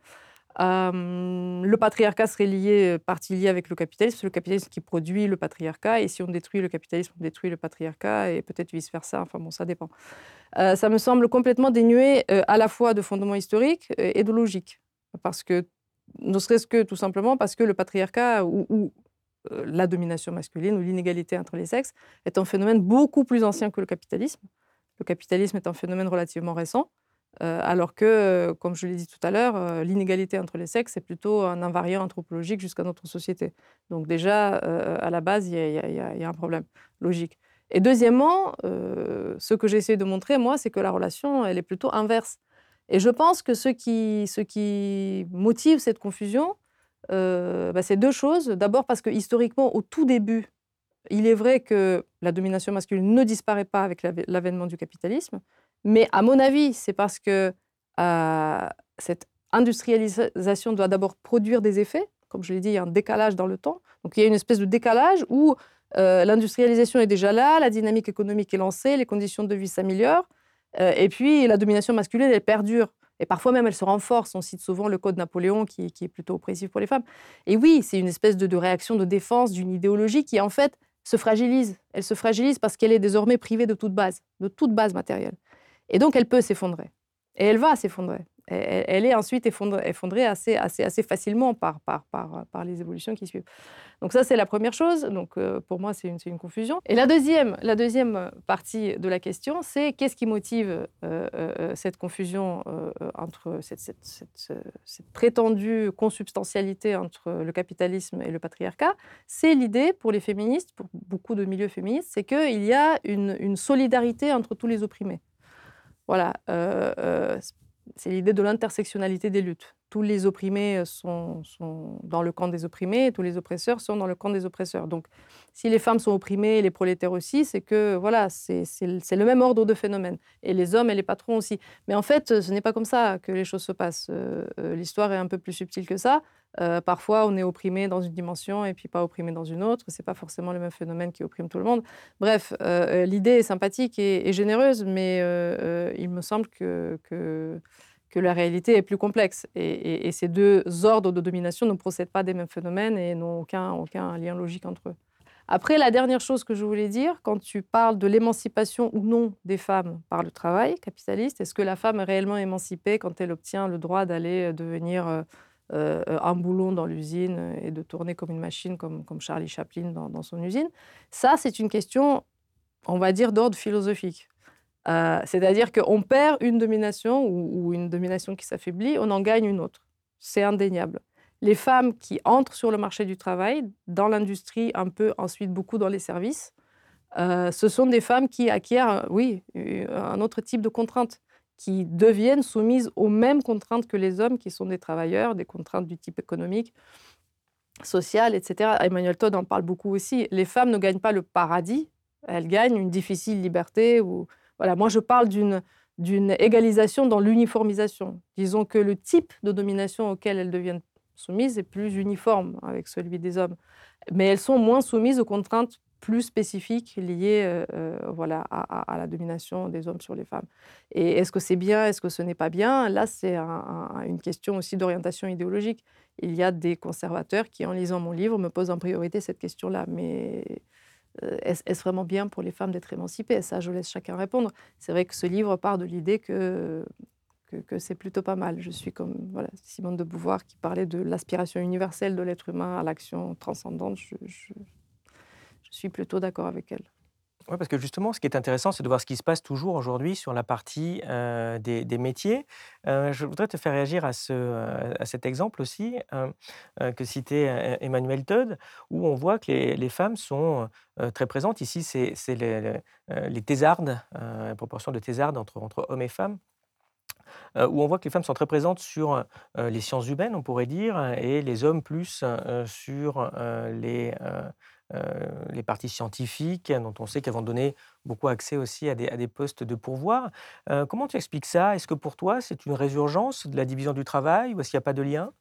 Euh, le patriarcat serait lié, partie liée avec le capitalisme, c'est le capitalisme qui produit le patriarcat, et si on détruit le capitalisme, on détruit le patriarcat, et peut-être vice-versa, enfin bon, ça dépend. Euh, ça me semble complètement dénué euh, à la fois de fondements historiques euh, et de logique, parce que, ne serait-ce que tout simplement parce que le patriarcat ou, ou euh, la domination masculine ou l'inégalité entre les sexes est un phénomène beaucoup plus ancien que le capitalisme. Le capitalisme est un phénomène relativement récent, euh, alors que, euh, comme je l'ai dit tout à l'heure, euh, l'inégalité entre les sexes est plutôt un invariant anthropologique jusqu'à notre société. Donc déjà, euh, à la base, il y, y, y a un problème logique. Et deuxièmement, euh, ce que j'ai essayé de montrer, moi, c'est que la relation, elle est plutôt inverse. Et je pense que ce qui, ce qui motive cette confusion, euh, bah, c'est deux choses. D'abord parce que historiquement, au tout début, il est vrai que la domination masculine ne disparaît pas avec l'avènement du capitalisme, mais à mon avis, c'est parce que euh, cette industrialisation doit d'abord produire des effets. Comme je l'ai dit, il y a un décalage dans le temps. Donc il y a une espèce de décalage où euh, l'industrialisation est déjà là, la dynamique économique est lancée, les conditions de vie s'améliorent, euh, et puis la domination masculine, elle perdure. Et parfois même, elle se renforce. On cite souvent le Code Napoléon, qui, qui est plutôt oppressif pour les femmes. Et oui, c'est une espèce de, de réaction de défense d'une idéologie qui, en fait, se fragilise. Elle se fragilise parce qu'elle est désormais privée de toute base, de toute base matérielle. Et donc, elle peut s'effondrer. Et elle va s'effondrer. Elle, elle est ensuite effondrée, effondrée assez, assez, assez facilement par, par, par, par les évolutions qui suivent. Donc ça, c'est la première chose. Donc euh, pour moi, c'est une, c'est une confusion. Et la deuxième, la deuxième partie de la question, c'est qu'est-ce qui motive euh, euh, cette confusion euh, entre cette, cette, cette, cette prétendue consubstantialité entre le capitalisme et le patriarcat. C'est l'idée, pour les féministes, pour beaucoup de milieux féministes, c'est qu'il y a une, une solidarité entre tous les opprimés. Voilà. Euh, euh, c'est l'idée de l'intersectionnalité des luttes. Tous les opprimés sont, sont dans le camp des opprimés, et tous les oppresseurs sont dans le camp des oppresseurs. Donc, si les femmes sont opprimées et les prolétaires aussi, c'est que voilà, c'est c'est le c'est le même ordre de phénomènes. Et les hommes et les patrons aussi. Mais en fait, ce n'est pas comme ça que les choses se passent. Euh, euh, l'histoire est un peu plus subtile que ça. Euh, parfois, on est opprimé dans une dimension et puis pas opprimé dans une autre. C'est pas forcément le même phénomène qui opprime tout le monde. Bref, euh, euh, l'idée est sympathique et, et généreuse, mais euh, euh, il me semble que, que, que la réalité est plus complexe. Et, et- et ces deux ordres de domination ne procèdent pas des mêmes phénomènes et n'ont aucun, aucun lien logique entre eux. Après, la dernière chose que je voulais dire, quand tu parles de l'émancipation ou non des femmes par le travail capitaliste, est-ce que la femme est réellement émancipée quand elle obtient le droit d'aller euh, devenir euh, euh, un boulon dans l'usine et de tourner comme une machine, comme, comme Charlie Chaplin dans, dans son usine? Ça, c'est une question, on va dire, d'ordre philosophique. Euh, c'est-à-dire qu'on perd une domination ou, ou une domination qui s'affaiblit, on en gagne une autre. C'est indéniable. Les femmes qui entrent sur le marché du travail, dans l'industrie, un peu, ensuite beaucoup dans les services, euh, ce sont des femmes qui acquièrent, euh, oui, euh, un autre type de contraintes, qui deviennent soumises aux mêmes contraintes que les hommes, qui sont des travailleurs, des contraintes du type économique, social, et cetera. Emmanuel Todd en parle beaucoup aussi. Les femmes ne gagnent pas le paradis, elles gagnent une difficile liberté. Ou... Voilà, moi, je parle d'une, d'une égalisation dans l'uniformisation. Disons que le type de domination auquel elles deviennent soumises est plus uniforme avec celui des hommes. Mais elles sont moins soumises aux contraintes plus spécifiques liées euh, euh, voilà, à, à- à la domination des hommes sur les femmes. Et est-ce que c'est bien, est-ce que ce n'est pas bien? Là, c'est un- un- une question aussi d'orientation idéologique. Il y a des conservateurs qui, en lisant mon livre, me posent en priorité cette question-là. Mais euh, est-ce est-ce vraiment bien pour les femmes d'être émancipées? Ça, je laisse chacun répondre. C'est vrai que ce livre part de l'idée que, que, que c'est plutôt pas mal. Je suis comme voilà, Simone de Beauvoir qui parlait de l'aspiration universelle de l'être humain à l'action transcendante. Je, je- je suis plutôt d'accord avec elle.
Ouais, parce que justement, ce qui est intéressant, c'est de voir ce qui se passe toujours aujourd'hui sur la partie euh, des, des métiers. Euh, je voudrais te faire réagir à, ce, euh, à cet exemple aussi euh, euh, que citait euh, Emmanuel Todd, où on voit que les, les femmes sont euh, très présentes. Ici, c'est c'est les, les, euh, les thésardes, euh, la proportion de thésardes entre, entre hommes et femmes, euh, où on voit que les femmes sont très présentes sur euh, les sciences humaines, on pourrait dire, et les hommes plus euh, sur euh, les, euh, euh, les parties scientifiques, dont on sait qu'elles vont donner beaucoup accès aussi à des, à des postes de pourvoir. Euh, comment tu expliques ça? Est-ce que pour toi, c'est une résurgence de la division du travail ou est-ce qu'il n'y a pas de lien?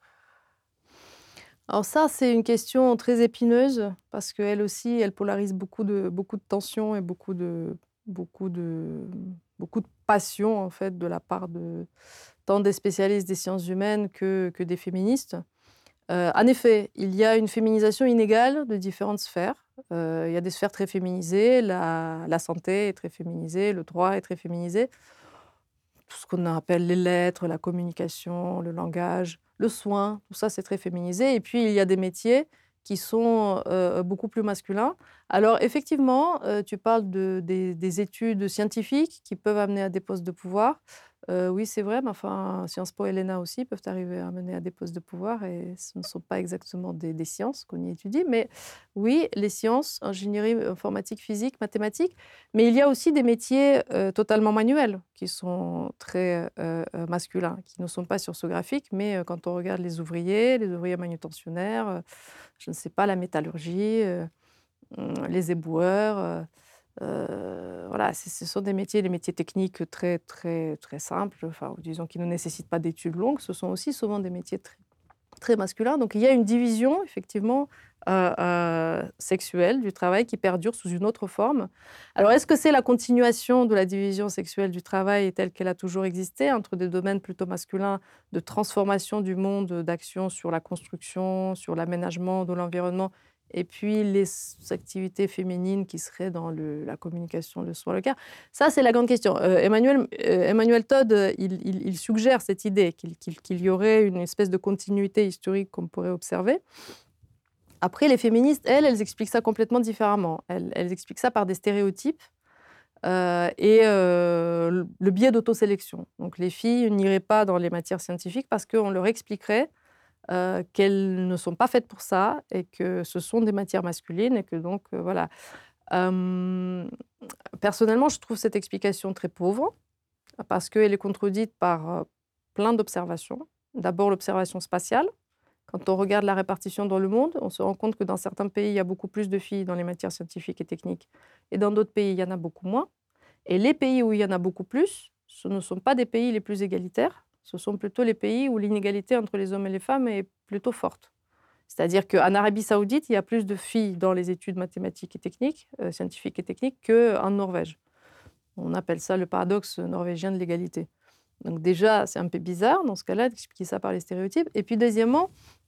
Alors ça, c'est une question très épineuse parce qu'elle aussi, elle polarise beaucoup de, beaucoup de tensions et beaucoup de, beaucoup de, beaucoup de passion en fait de la part de tant des spécialistes des sciences humaines que, que des féministes. Euh, en effet, il y a une féminisation inégale de différentes sphères. Euh, il y a des sphères très féminisées, la, la santé est très féminisée, le droit est très féminisé, tout ce qu'on appelle les lettres, la communication, le langage, le soin, tout ça c'est très féminisé. Et puis il y a des métiers qui sont euh, beaucoup plus masculins. Alors effectivement, euh, tu parles de, des, des études scientifiques qui peuvent amener à des postes de pouvoir. Euh, oui, c'est vrai, mais enfin, Sciences Po et l'E N A aussi peuvent arriver à mener à des postes de pouvoir et ce ne sont pas exactement des, des sciences qu'on y étudie, mais oui, les sciences, ingénierie informatique, physique, mathématiques, mais il y a aussi des métiers euh, totalement manuels qui sont très euh, euh, masculins, qui ne sont pas sur ce graphique, mais euh, quand on regarde les ouvriers, les ouvriers manutentionnaires, euh, je ne sais pas, la métallurgie, euh, hum, les éboueurs, euh, euh, voilà, c'est- ce sont des métiers, des métiers techniques très, très, très simples, enfin, disons qui ne nécessitent pas d'études longues. Ce sont aussi souvent des métiers très, très masculins. Donc il y a une division, effectivement, euh, euh, sexuelle du travail qui perdure sous une autre forme. Alors est-ce que c'est la continuation de la division sexuelle du travail telle qu'elle a toujours existé entre des domaines plutôt masculins de transformation du monde, d'action sur la construction, sur l'aménagement de l'environnement, et puis les s- activités féminines qui seraient dans le- la communication, le soin, le care? Ça, c'est la grande question. Euh, Emmanuel, euh, Emmanuel Todd, euh, il, il- il suggère cette idée qu'il qu'il- qu'il y aurait une espèce de continuité historique qu'on pourrait observer. Après, les féministes, elles, elles expliquent ça complètement différemment. Elles, elles expliquent ça par des stéréotypes euh, et euh, le le biais d'autosélection. Donc les filles n'iraient pas dans les matières scientifiques parce qu'on leur expliquerait euh, qu'elles ne sont pas faites pour ça et que ce sont des matières masculines et que donc, euh, voilà. Euh, Personnellement, je trouve cette explication très pauvre parce qu'elle est contredite par, euh, plein d'observations. D'abord, l'observation spatiale. Quand on regarde la répartition dans le monde, on se rend compte que dans certains pays, il y a beaucoup plus de filles dans les matières scientifiques et techniques, et dans d'autres pays, il y en a beaucoup moins. Et les pays où il y en a beaucoup plus, ce ne sont pas des pays les plus égalitaires, ce sont plutôt les pays où l'inégalité entre les hommes et les femmes est plutôt forte. C'est-à-dire qu'en Arabie Saoudite, il y a plus de filles dans les études mathématiques et techniques, euh, scientifiques et techniques, qu'en Norvège. On appelle ça le paradoxe norvégien de l'égalité. Donc déjà, c'est un peu bizarre dans ce cas-là d'expliquer ça par les stéréotypes. Et puis deuxièmement,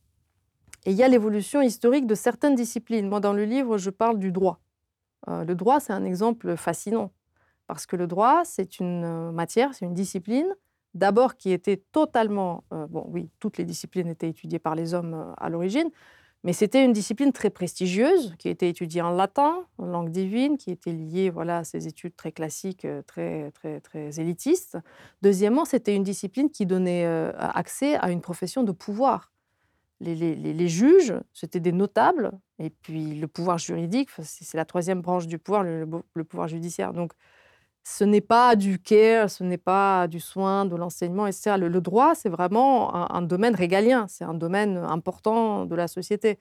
il y a l'évolution historique de certaines disciplines. Moi, dans le livre, je parle du droit. Euh, le droit, c'est un exemple fascinant. Parce que le droit, c'est une euh, matière, c'est une discipline, d'abord qui était totalement... euh, bon, oui, toutes les disciplines étaient étudiées par les hommes euh, à l'origine, mais c'était une discipline très prestigieuse, qui était étudiée en latin, en langue divine, qui était liée voilà, à ces études très classiques, euh, très, très, très élitistes. Deuxièmement, c'était une discipline qui donnait euh, accès à une profession de pouvoir. Les, les- les- les juges, c'était des notables, et puis le pouvoir juridique, enfin, c'est c'est la troisième branche du pouvoir, le, le- le pouvoir judiciaire. Donc, ce n'est pas du care, ce n'est pas du soin, de l'enseignement, et cetera. Le, le droit, c'est vraiment un, un domaine régalien, c'est un domaine important de la société.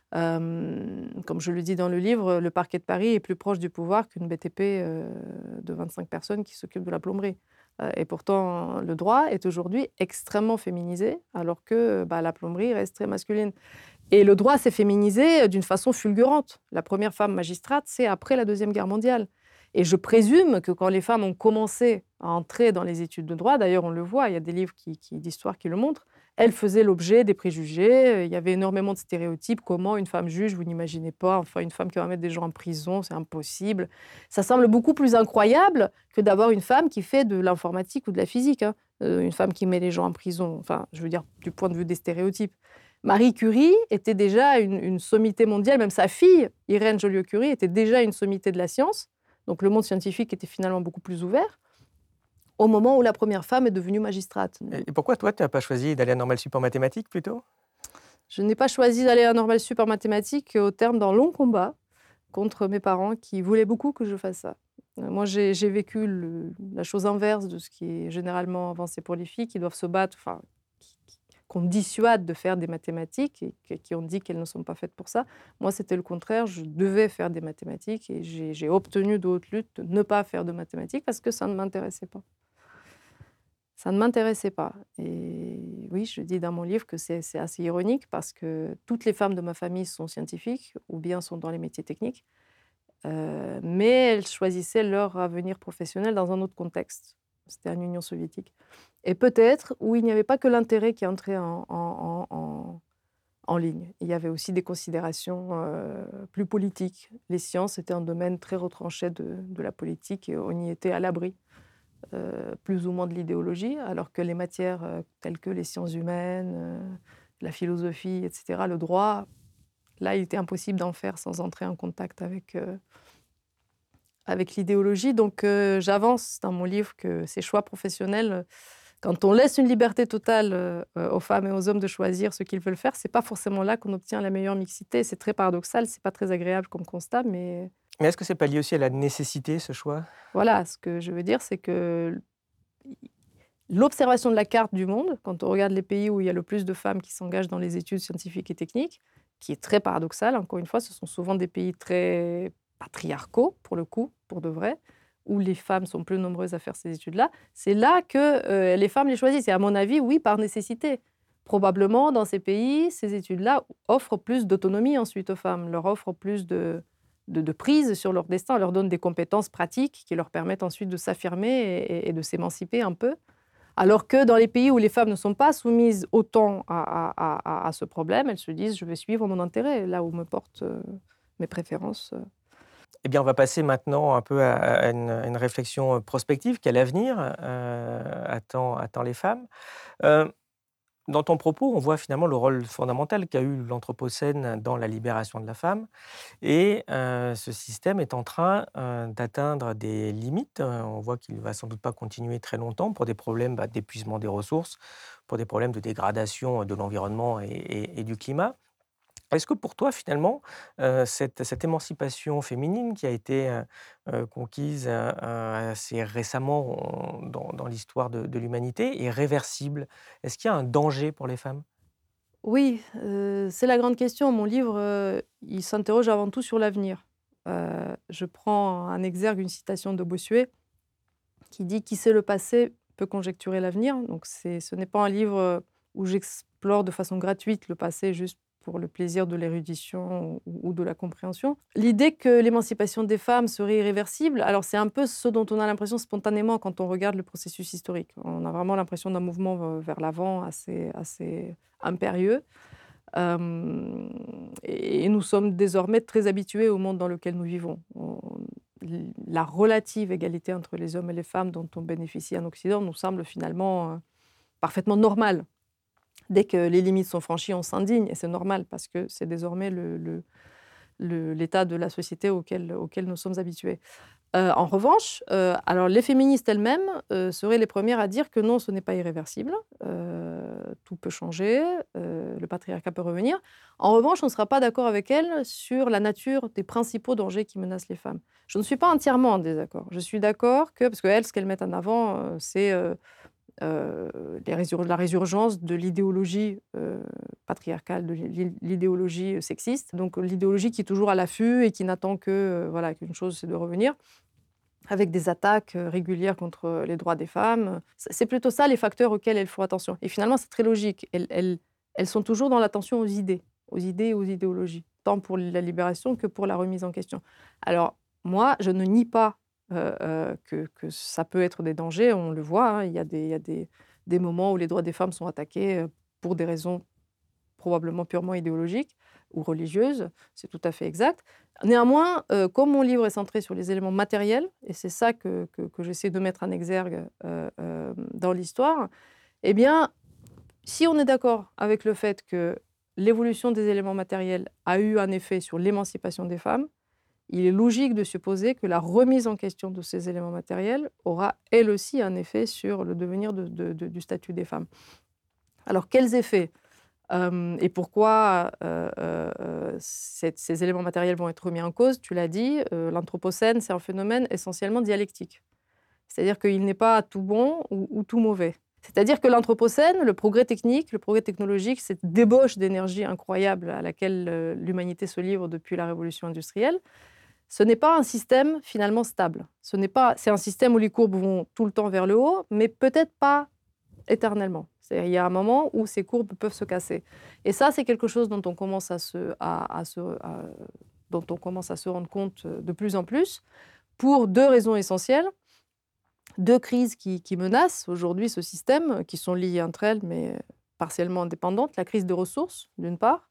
Euh, comme je le dis dans le livre, le parquet de Paris est plus proche du pouvoir qu'une B T P euh, de vingt-cinq personnes qui s'occupent de la plomberie. Euh, et pourtant, le droit est aujourd'hui extrêmement féminisé, alors que bah, la plomberie reste très masculine. Et le droit s'est féminisé d'une façon fulgurante. La première femme magistrate, c'est après la Deuxième Guerre mondiale. Et je présume que quand les femmes ont commencé à entrer dans les études de droit, d'ailleurs on le voit, il y a des livres qui, qui- d'histoire qui le montrent, elles faisaient l'objet des préjugés, il y avait énormément de stéréotypes, comment une femme juge, vous n'imaginez pas, enfin une femme qui va mettre des gens en prison, c'est impossible. Ça semble beaucoup plus incroyable que d'avoir une femme qui fait de l'informatique ou de la physique, hein. Euh, une femme qui met les gens en prison, enfin je veux dire du point de vue des stéréotypes. Marie Curie était déjà une, une sommité mondiale, même sa fille, Irène Joliot-Curie, était déjà une sommité de la science. Donc le monde scientifique était finalement beaucoup plus ouvert au moment où la première femme est devenue magistrate.
Et et pourquoi toi, tu n'as pas choisi d'aller à Normal Sup en mathématiques plutôt?
Je n'ai pas choisi d'aller à Normal Sup en mathématiques au terme d'un long combat contre mes parents qui voulaient beaucoup que je fasse ça. Euh, Moi, j'ai j'ai vécu le- la chose inverse de ce qui est généralement avancé pour les filles qui doivent se battre, enfin, qui- qui- qu'on dissuade de faire des mathématiques et que- qui ont dit qu'elles ne sont pas faites pour ça. Moi, c'était le contraire. Je devais faire des mathématiques et j'ai j'ai obtenu de haute lutte de ne pas faire de mathématiques parce que ça ne m'intéressait pas. Ça ne m'intéressait pas. Et oui, je dis dans mon livre que c'est c'est assez ironique parce que toutes les femmes de ma famille sont scientifiques ou bien sont dans les métiers techniques, euh, mais elles choisissaient leur avenir professionnel dans un autre contexte. C'était en Union soviétique. Et peut-être où il n'y avait pas que l'intérêt qui entrait en, en- en- en- en ligne. Il y avait aussi des considérations euh, plus politiques. Les sciences étaient un domaine très retranché de, de la politique et on y était à l'abri, euh, plus ou moins de l'idéologie, alors que les matières euh, telles que les sciences humaines, euh, la philosophie, et cetera, le droit, là, il était impossible d'en faire sans entrer en contact avec, euh, avec l'idéologie. Donc, euh, j'avance dans mon livre que ces choix professionnels, euh, quand on laisse une liberté totale euh, euh, aux femmes et aux hommes de choisir ce qu'ils veulent faire, c'est pas forcément là qu'on obtient la meilleure mixité. C'est très paradoxal, c'est pas très agréable comme constat, mais
Mais est-ce que c'est pas lié aussi à la nécessité, ce choix?
voilà, ce que je veux dire, c'est que l'observation de la carte du monde, quand on regarde les pays où il y a le plus de femmes qui s'engagent dans les études scientifiques et techniques, qui est très paradoxal, encore une fois, ce sont souvent des pays très patriarcaux, pour le coup, pour de vrai, où les femmes sont plus nombreuses à faire ces études-là. C'est là que euh, les femmes les choisissent. Et à mon avis, oui, par nécessité. Probablement, dans ces pays, ces études-là offrent plus d'autonomie ensuite aux femmes, leur offrent plus de, de, de prise sur leur destin, leur donnent des compétences pratiques qui leur permettent ensuite de s'affirmer et, et- et de s'émanciper un peu. Alors que dans les pays où les femmes ne sont pas soumises autant à, à- à- à ce problème, elles se disent « je vais suivre mon intérêt, là où me portent euh, mes préférences. euh.
Eh bien, on va passer maintenant un peu à à une à une réflexion, heu, prospective. Quel avenir, heu, attend attend les femmes? Heu, dans ton propos, on voit finalement le rôle fondamental qu'a eu l'anthropocène dans la libération de la femme et heu, ce système est en train, heu, d'atteindre des limites. Heu, on voit qu'il ne va sans doute pas continuer très longtemps pour des problèmes, bah, d'épuisement des ressources, pour des problèmes de dégradation de l'environnement et et et du climat. Est-ce que pour toi, finalement, heu, cette cette émancipation féminine qui a été, heu heu, conquise, heu heu, assez récemment en dans dans l'histoire de de l'humanité est réversible? Est-ce qu'il y a un danger pour les femmes?
Oui, heu, c'est la grande question. Mon livre, heu, il s'interroge avant tout sur l'avenir. Heu, je prends en exergue une citation de Bossuet qui dit: «Qui sait le passé peut conjecturer l'avenir». Donc c'est ce n'est pas un livre, heu, où j'explore de façon gratuite le passé juste pour le plaisir de l'érudition ou ou de la compréhension. L'idée que l'émancipation des femmes serait irréversible, alors c'est un peu ce dont on a l'impression spontanément quand on regarde le processus historique. On a vraiment l'impression d'un mouvement, heu, vers l'avant assez assez impérieux. Hem et et nous sommes désormais très habitués au monde dans lequel nous vivons. On l La relative égalité entre les hommes et les femmes dont on bénéficie en Occident nous semble finalement, heu, parfaitement normale. Dès que les limites sont franchies, on s'indigne et c'est normal parce que c'est désormais le le le l'état de la société auquel auquel nous sommes habitués. Heu, en revanche, heu, alors les féministes elles-mêmes, heu, seraient les premières à dire que non, ce n'est pas irréversible, heu, tout peut changer, heu, le patriarcat peut revenir. En revanche, on ne sera pas d'accord avec elles sur la nature des principaux dangers qui menacent les femmes. Je ne suis pas entièrement en désaccord. Je suis d'accord que parce qu'elles, ce qu'elles mettent en avant, heu, c'est, heu heu, les résur la résurgence de l'idéologie, heu, patriarcale, de l'i l'idéologie, heu, sexiste. Donc l'idéologie qui est toujours à l'affût et qui n'attend que, heu, voilà, qu'une chose, c'est de revenir avec des attaques, heu, régulières contre, heu, les droits des femmes. C'est c'est plutôt ça les facteurs auxquels elles font attention et finalement c'est très logique. Elles elles elles sont toujours dans l'attention aux idées, aux idées et aux idéologies, tant pour la libération que pour la remise en question. Alors moi, je ne nie pas, heu heu, que que ça peut être des dangers, on le voit, hein, il y a des il y a des des moments où les droits des femmes sont attaqués, heu, pour des raisons probablement purement idéologique ou religieuse, c'est tout à fait exact. Néanmoins, heu, comme mon livre est centré sur les éléments matériels et c'est ça que que que j'essaie de mettre en exergue, heu, hem, dans l'histoire, eh bien, si on est d'accord avec le fait que l'évolution des éléments matériels a eu un effet sur l'émancipation des femmes, il est logique de supposer que la remise en question de ces éléments matériels aura, elle aussi, un effet sur le devenir de de de du statut des femmes. Alors quels effets? Hem et pourquoi, heu heu heu, cette ces éléments matériels vont être remis en cause? Tu l'as dit, heu, l'anthropocène, c'est un phénomène essentiellement dialectique. C'est-à-dire qu'il n'est pas tout bon ou ou tout mauvais. C'est-à-dire que l'anthropocène, le progrès technique, le progrès technologique, cette débauche d'énergie incroyable à laquelle, heu, l'humanité se livre depuis la révolution industrielle, ce n'est pas un système finalement stable. Ce n'est pas c'est un système où les courbes vont tout le temps vers le haut, mais peut-être pas éternellement. C'est il y a un moment où ces courbes peuvent se casser et ça, c'est quelque chose dont on commence à se à à se à dont on commence à se rendre compte, heu, de plus en plus pour deux raisons essentielles. Deux crises qui qui menacent aujourd'hui ce système, euh, qui sont liées entre elles, mais partiellement indépendantes. La crise de ressources, d'une part.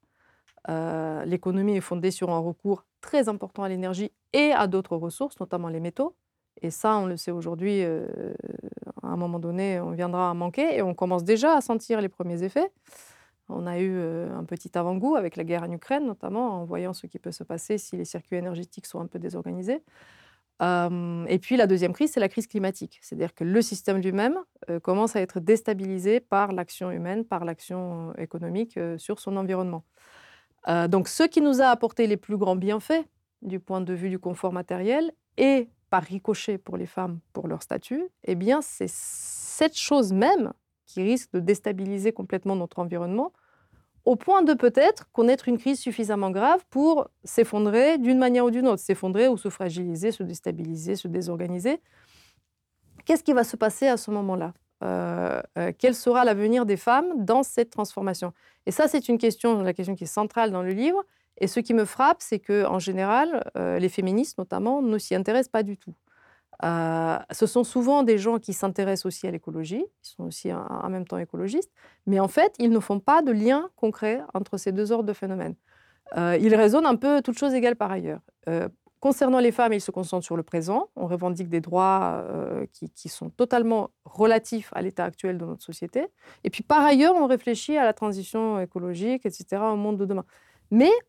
Heu, l'économie est fondée sur un recours très important à l'énergie et à d'autres ressources, notamment les métaux et ça, on le sait aujourd'hui, heu, à un moment donné, on viendra à manquer et on commence déjà à sentir les premiers effets. On a eu, heu, un petit avant-goût avec la guerre en Ukraine, notamment, en voyant ce qui peut se passer si les circuits énergétiques sont un peu désorganisés. Hem et puis la deuxième crise, c'est la crise climatique. C'est-à-dire que le système lui-même, heu, commence à être déstabilisé par l'action humaine, par l'action, heu, économique, heu, sur son environnement. Heu, donc ce qui nous a apporté les plus grands bienfaits du point de vue du confort matériel et par ricochet pour les femmes, pour leur statut, eh bien, c'est cette chose même qui risque de déstabiliser complètement notre environnement, au point de peut-être connaître une crise suffisamment grave pour s'effondrer d'une manière ou d'une autre, s'effondrer ou se fragiliser, se déstabiliser, se désorganiser. Qu'est-ce qui va se passer à ce moment-là? Heu heu, quel sera l'avenir des femmes dans cette transformation? Et ça, c'est une question la question qui est centrale dans le livre et ce qui me frappe, c'est qu'en général, heu, les féministes notamment ne s'y intéressent pas du tout. Heu, ce sont souvent des gens qui s'intéressent aussi à l'écologie, qui sont aussi en en même temps écologistes, mais en fait, ils ne font pas de lien concret entre ces deux ordres de phénomènes. Heu, ils raisonnent un peu toutes choses égales par ailleurs. Heu, concernant les femmes, ils se concentrent sur le présent. On revendique des droits, heu, qui qui sont totalement relatifs à l'état actuel de notre société et puis par ailleurs, on réfléchit à la transition écologique et cetera, au monde de demain. Mais on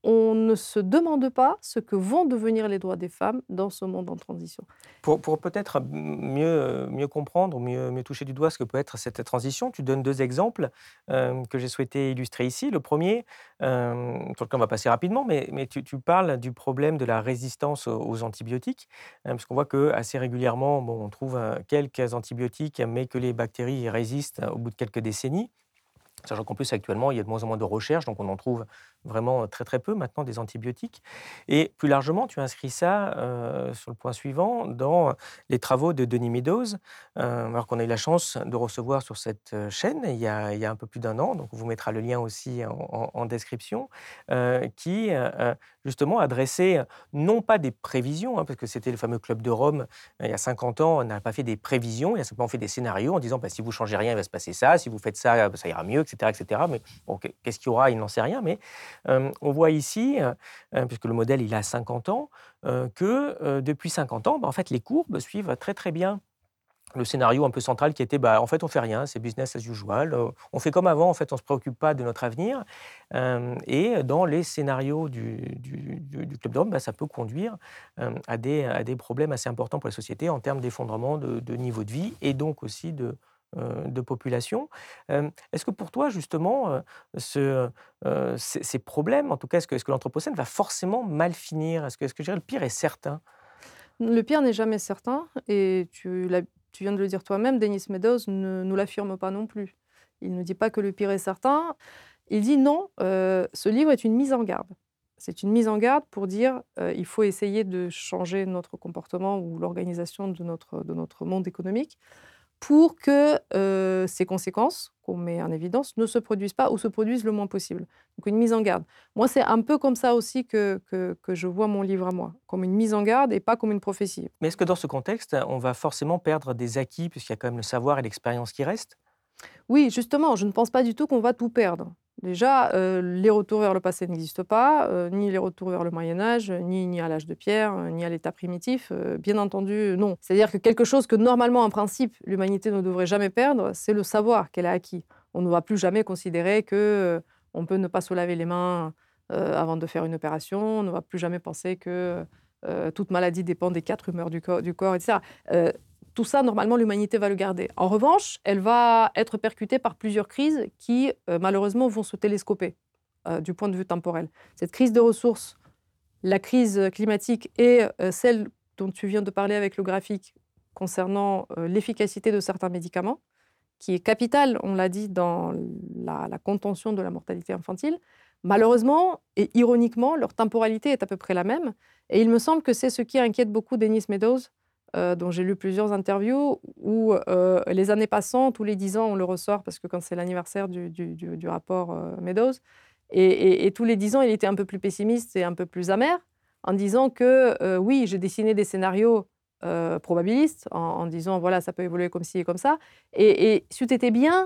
on ne se demande pas ce que vont devenir les droits des femmes dans ce monde en transition.
Pour, pour peut-être mieux, mieux comprendre, mieux, mieux toucher du doigt ce que peut être cette transition, tu donnes deux exemples euh, que j'ai souhaité illustrer ici. Le premier, euh, sur lequel on va passer rapidement, mais, mais tu, tu parles du problème de la résistance aux, aux antibiotiques, hein, parce qu'on voit qu'assez régulièrement, bon, on trouve euh, quelques antibiotiques, mais que les bactéries résistent au bout de quelques décennies. Sachant qu'en plus, actuellement, il y a de moins en moins de recherches, donc on en trouve vraiment très très peu maintenant des antibiotiques. Et plus largement, tu inscris ça euh, sur le point suivant dans les travaux de Denis Meadows, euh, alors qu'on a eu la chance de recevoir sur cette euh, chaîne il y a, il y a un peu plus d'un an, donc on vous mettra le lien aussi en, en- en description, euh, qui euh, justement a dressé non pas des prévisions, hein, parce que c'était le fameux Club de Rome euh, il y a cinquante ans, on n'a pas fait des prévisions, il a simplement fait des scénarios en disant bah, si vous changez rien, il va se passer ça, si vous faites ça, ça ira mieux, et cetera et cetera. Mais bon, qu'est-ce qu'il y aura, il n'en sait rien. Mais euh, on voit ici, euh, puisque le modèle il a cinquante ans, euh, que euh, depuis cinquante ans, bah, en fait, les courbes suivent très très bien le scénario un peu central qui était bah, en fait on fait rien, c'est business as usual, euh, on fait comme avant, en fait on se préoccupe pas de notre avenir. Euh, et dans les scénarios du, du, du- du Club de Rome, bah, ça peut conduire euh, à, des, à des problèmes assez importants pour la société en termes d'effondrement de, de niveau de vie et donc aussi de, euh, de population. Euh, est-ce que pour toi justement euh, ce, euh, ces, ces problèmes, en tout cas est-ce que, est-ce que l'anthropocène va forcément mal finir? Est-ce que, est-ce que je dirais le pire est certain?
Le pire n'est jamais certain et tu, l'as- tu viens de le dire toi-même, Denis Meadows ne nous l'affirme pas non plus. Il ne dit pas que le pire est certain. Il dit non, euh, ce livre est une mise en garde. C'est une mise en garde pour dire euh, il faut essayer de changer notre comportement ou l'organisation de notre, de notre monde économique pour que euh, ces conséquences qu'on met en évidence ne se produisent pas ou se produisent le moins possible. Donc une mise en garde. Moi, c'est un peu comme ça aussi que, que, que je vois mon livre à moi, comme une mise en garde et pas comme une prophétie.
Mais est-ce que dans ce contexte, on va forcément perdre des acquis puisqu'il y a quand même le savoir et l'expérience qui restent?
Oui, justement, je ne pense pas du tout qu'on va tout perdre. Déjà, euh, les retours vers le passé n'existent pas, euh, ni les retours vers le Moyen Âge, ni, ni à l'âge de pierre, euh, ni à l'état primitif. Euh, bien entendu, non. C'est-à-dire que quelque chose que normalement, en principe, l'humanité ne devrait jamais perdre, c'est le savoir qu'elle a acquis. On ne va plus jamais considérer que euh, on peut ne pas se laver les mains euh, avant de faire une opération. On ne va plus jamais penser que euh, toute maladie dépend des quatre humeurs du corps, du corps et cetera. Euh, tout ça, normalement, l'humanité va le garder. En revanche, elle va être percutée par plusieurs crises qui, euh, malheureusement, vont se télescoper euh, du point de vue temporel. Cette crise de ressources, la crise climatique et euh, celle dont tu viens de parler avec le graphique concernant euh, l'efficacité de certains médicaments, qui est capitale, on l'a dit, dans la, la contention de la mortalité infantile, malheureusement et ironiquement, leur temporalité est à peu près la même. Et il me semble que c'est ce qui inquiète beaucoup Denis Meadows, euh, dont j'ai lu plusieurs interviews, où euh, les années passant, tous les dix ans, on le ressort, parce que quand c'est l'anniversaire du, du- du- du rapport euh, Meadows, et, et- et tous les dix ans, il était un peu plus pessimiste et un peu plus amer, en disant que euh, oui, j'ai dessiné des scénarios euh, probabilistes, en, en disant voilà, ça peut évoluer comme ci et comme ça, et, et c'eût été bien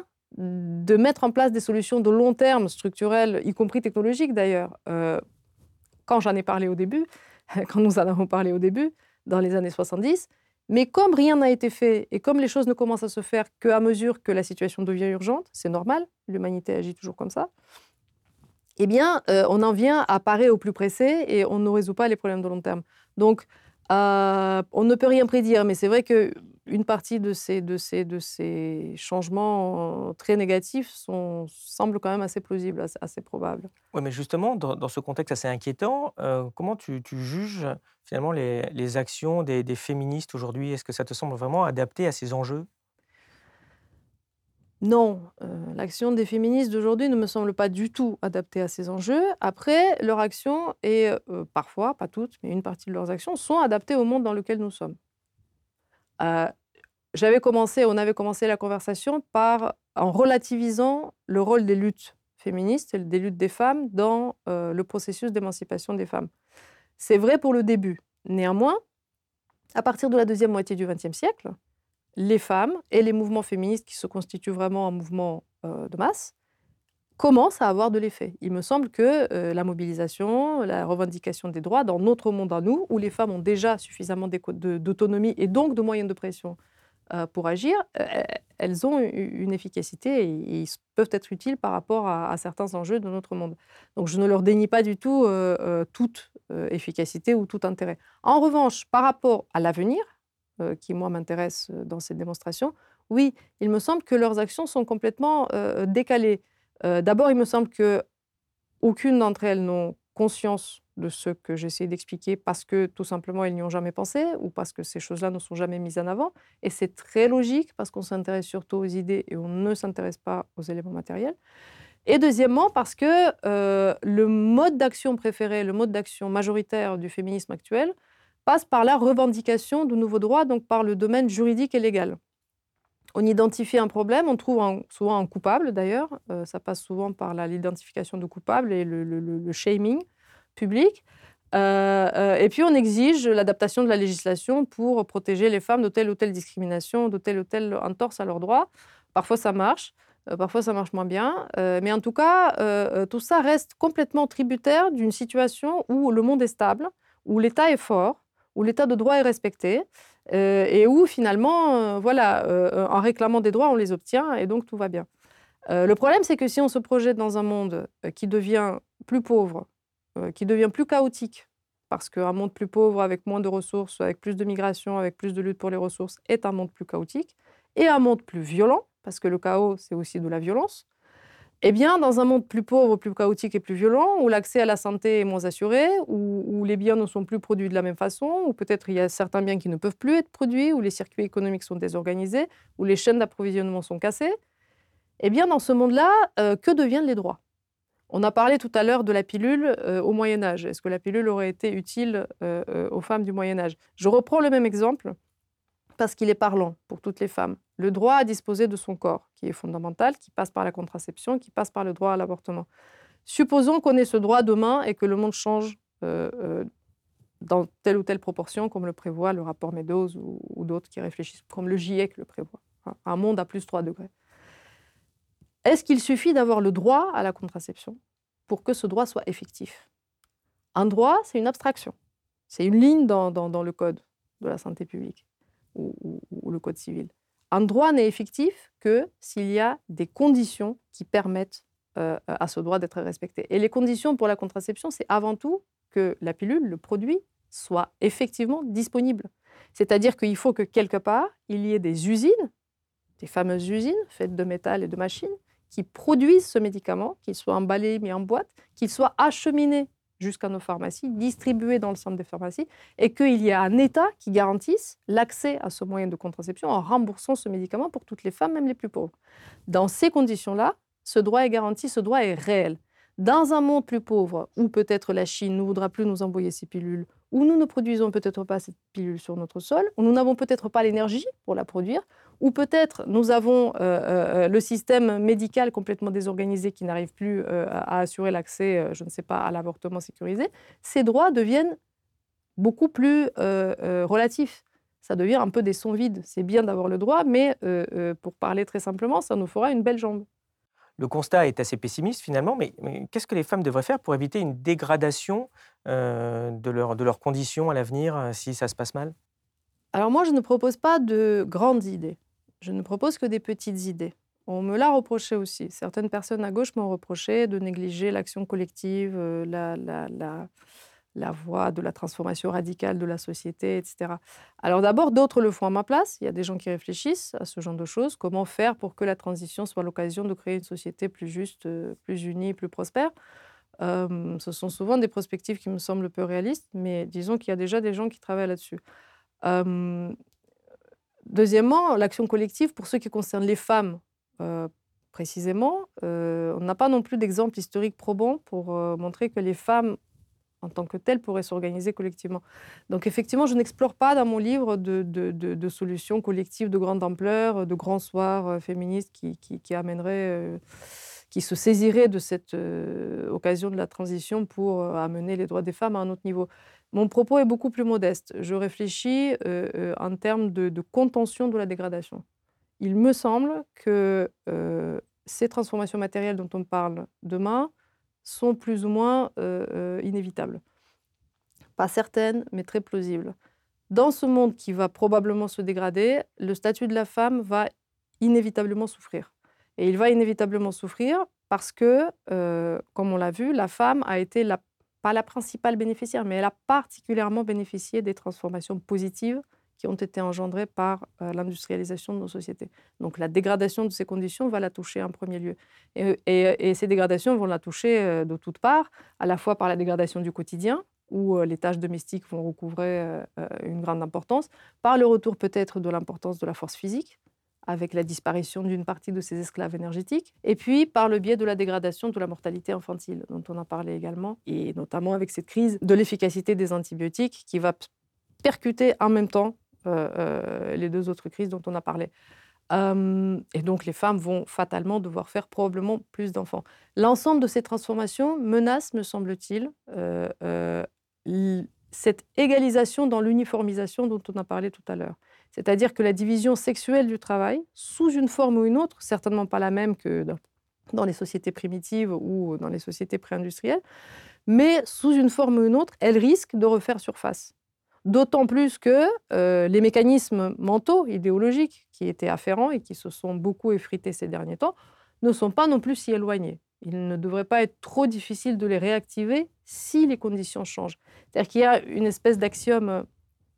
de mettre en place des solutions de long terme, structurelles, y compris technologiques d'ailleurs. Euh, quand j'en ai parlé au début, quand nous en avons parlé au début, dans les années soixante-dix. Mais comme rien n'a été fait et comme les choses ne commencent à se faire qu'à mesure que la situation devient urgente, c'est normal, l'humanité agit toujours comme ça, eh bien, euh, on en vient à parer au plus pressé et on ne résout pas les problèmes de long terme. Donc, euh, on ne peut rien prédire, mais c'est vrai qu'une partie de ces, de, ces, de ces changements euh, très négatifs sont, semblent quand même assez plausibles, assez, assez probables.
Oui, mais justement, dans, dans ce contexte assez inquiétant, euh, comment tu, tu juges finalement les, les actions des, des féministes aujourd'hui? Est-ce que ça te semble vraiment adapté à ces enjeux?
Non, heu, l'action des féministes d'aujourd'hui ne me semble pas du tout adaptée à ces enjeux. Après, leur action est, heu, parfois, pas toutes, mais une partie de leurs actions sont adaptées au monde dans lequel nous sommes. Heu, j'avais commencé on avait commencé la conversation par en relativisant le rôle des luttes féministes et des luttes des femmes dans, heu, le processus d'émancipation des femmes. C'est vrai pour le début. Néanmoins, à partir de la deuxième moitié du vingtième siècle, les femmes et les mouvements féministes qui se constituent vraiment un mouvement euh, de masse commencent à avoir de l'effet. Il me semble que euh, la mobilisation, la revendication des droits dans notre monde à nous, où les femmes ont déjà suffisamment d'éco- de- d'autonomie et donc de moyens de pression euh, pour agir, euh, elles ont une efficacité et, et peuvent être utiles par rapport à, à certains enjeux de notre monde. Donc je ne leur dénie pas du tout euh, euh, toute euh, efficacité ou tout intérêt. En revanche, par rapport à l'avenir, euh, qui moi m'intéresse dans cette démonstration, oui, il me semble que leurs actions sont complètement euh, décalées. Euh, D'abord, il me semble qu'aucune d'entre elles n'ont conscience de ce que j'essaie d'expliquer parce que tout simplement ils n'y ont jamais pensé ou parce que ces choses-là ne sont jamais mises en avant. Et c'est très logique parce qu'on s'intéresse surtout aux idées et on ne s'intéresse pas aux éléments matériels. Et deuxièmement, parce que euh, le mode d'action préféré, le mode d'action majoritaire du féminisme actuel, passe par la revendication de nouveaux droits, donc par le domaine juridique et légal. On identifie un problème, on trouve un, souvent un coupable d'ailleurs, euh, ça passe souvent par la- l'identification de coupable et le, le- le- le shaming public. Euh, euh, et puis on exige l'adaptation de la législation pour protéger les femmes de telle ou telle discrimination, de telle ou telle entorse à leurs droits. Parfois ça marche, euh, parfois ça marche moins bien, euh, mais en tout cas, euh, euh, tout ça reste complètement tributaire d'une situation où le monde est stable, où l'État est fort, où l'État de droit est respecté, euh, et où finalement, euh, voilà, euh, en réclamant des droits, on les obtient, et donc tout va bien. Euh, le problème, c'est que si on se projette dans un monde euh, qui devient plus pauvre, euh, qui devient plus chaotique, parce qu'un monde plus pauvre, avec moins de ressources, avec plus de migration, avec plus de lutte pour les ressources, est un monde plus chaotique, et un monde plus violent, parce que le chaos, c'est aussi de la violence, eh bien, dans un monde plus pauvre, plus chaotique et plus violent, où l'accès à la santé est moins assuré, où, où les biens ne sont plus produits de la même façon, où peut-être il y a certains biens qui ne peuvent plus être produits, où les circuits économiques sont désorganisés, où les chaînes d'approvisionnement sont cassées, eh bien, dans ce monde-là, euh, que deviennent les droits? On a parlé tout à l'heure de la pilule euh, au Moyen Âge. Est-ce que la pilule aurait été utile euh, euh, aux femmes du Moyen Âge? Je reprends le même exemple parce qu'il est parlant pour toutes les femmes. Le droit à disposer de son corps, qui est fondamental, qui passe par la contraception, qui passe par le droit à l'avortement. Supposons qu'on ait ce droit demain et que le monde change euh, euh, dans telle ou telle proportion, comme le prévoit le rapport Meadows ou, ou d'autres qui réfléchissent, comme le GIEC le prévoit. Hein, un monde à plus trois degrés. Est-ce qu'il suffit d'avoir le droit à la contraception pour que ce droit soit effectif? Un droit, c'est une abstraction. C'est une ligne dans, dans, dans le code de la santé publique ou, ou, ou le code civil. Un droit n'est effectif que s'il y a des conditions qui permettent euh, à ce droit d'être respecté. Et les conditions pour la contraception, c'est avant tout que la pilule, le produit, soit effectivement disponible. C'est-à-dire qu'il faut que quelque part, il y ait des usines, des fameuses usines faites de métal et de machines, qui produisent ce médicament, qu'il soit emballé, mis en boîte, qu'il soit acheminé jusqu'à nos pharmacies, distribué dans le centre des pharmacies, et qu'il y ait un État qui garantisse l'accès à ce moyen de contraception en remboursant ce médicament pour toutes les femmes, même les plus pauvres. Dans ces conditions-là, ce droit est garanti, ce droit est réel. Dans un monde plus pauvre, où peut-être la Chine ne voudra plus nous envoyer ces pilules, où nous ne produisons peut-être pas cette pilule sur notre sol, où nous n'avons peut-être pas l'énergie pour la produire, ou peut-être nous avons euh, euh, le système médical complètement désorganisé qui n'arrive plus euh, à assurer l'accès, euh, je ne sais pas, à l'avortement sécurisé, ces droits deviennent beaucoup plus euh, euh, relatifs. Ça devient un peu des sons vides. C'est bien d'avoir le droit, mais euh, euh, pour parler très simplement, ça nous fera une belle jambe.
Le constat est assez pessimiste finalement, mais, mais qu'est-ce que les femmes devraient faire pour éviter une dégradation euh, de, leur, de leurs conditions à l'avenir euh, si ça se passe mal?
Alors moi, je ne propose pas de grandes idées. Je ne propose que des petites idées. On me l'a reproché aussi. Certaines personnes à gauche m'ont reproché de négliger l'action collective, euh, la, la, la, la voie de la transformation radicale de la société, et cetera. Alors d'abord, d'autres le font à ma place. Il y a des gens qui réfléchissent à ce genre de choses. Comment faire pour que la transition soit l'occasion de créer une société plus juste, euh, plus unie, plus prospère? Euh, ce sont souvent des perspectives qui me semblent peu réalistes, mais disons qu'il y a déjà des gens qui travaillent là-dessus. Euh, Deuxièmement, l'action collective, pour ce qui concerne les femmes euh, précisément, euh, on n'a pas non plus d'exemple historique probant pour euh, montrer que les femmes, en tant que telles, pourraient s'organiser collectivement. Donc effectivement, je n'explore pas dans mon livre de, de, de, de solutions collectives de grande ampleur, de grands soirs euh, féministes qui, qui, qui amèneraient, euh, qui se saisiraient de cette euh, occasion de la transition pour euh, amener les droits des femmes à un autre niveau. Mon propos est beaucoup plus modeste. Je réfléchis euh, euh, en termes de, de contention de la dégradation. Il me semble que euh, ces transformations matérielles dont on parle demain sont plus ou moins euh, euh, inévitables. Pas certaines, mais très plausibles. dans ce monde qui va probablement se dégrader, le statut de la femme va inévitablement souffrir. Et il va inévitablement souffrir parce que, euh, comme on l'a vu, la femme a été la, pas la principale bénéficiaire, mais elle a particulièrement bénéficié des transformations positives qui ont été engendrées par euh, l'industrialisation de nos sociétés. Donc la dégradation de ces conditions va la toucher en premier lieu. Et, et- et ces dégradations vont la toucher euh, de toutes parts, à la fois par la dégradation du quotidien, où euh, les tâches domestiques vont recouvrer euh, euh, une grande importance, par le retour peut-être de l'importance de la force physique, avec la disparition d'une partie de ces esclaves énergétiques, et puis par le biais de la dégradation de la mortalité infantile, dont on a parlé également, et notamment avec cette crise de l'efficacité des antibiotiques qui va p- percuter en même temps euh, euh, les deux autres crises dont on a parlé. Euh, et donc les femmes vont fatalement devoir faire probablement plus d'enfants. L'ensemble de ces transformations menace, me semble-t-il, euh, euh, l- cette égalisation dans l'uniformisation dont on a parlé tout à l'heure. C'est-à-dire que la division sexuelle du travail, sous une forme ou une autre, certainement pas la même que dans, dans les sociétés primitives ou dans les sociétés pré-industrielles, mais sous une forme ou une autre, elle risque de refaire surface. D'autant plus que euh, les mécanismes mentaux, idéologiques, qui étaient afférents et qui se sont beaucoup effrités ces derniers temps, ne sont pas non plus si éloignés. Il ne devrait pas être trop difficile de les réactiver si les conditions changent. C'est-à-dire qu'il y a une espèce d'axiome euh,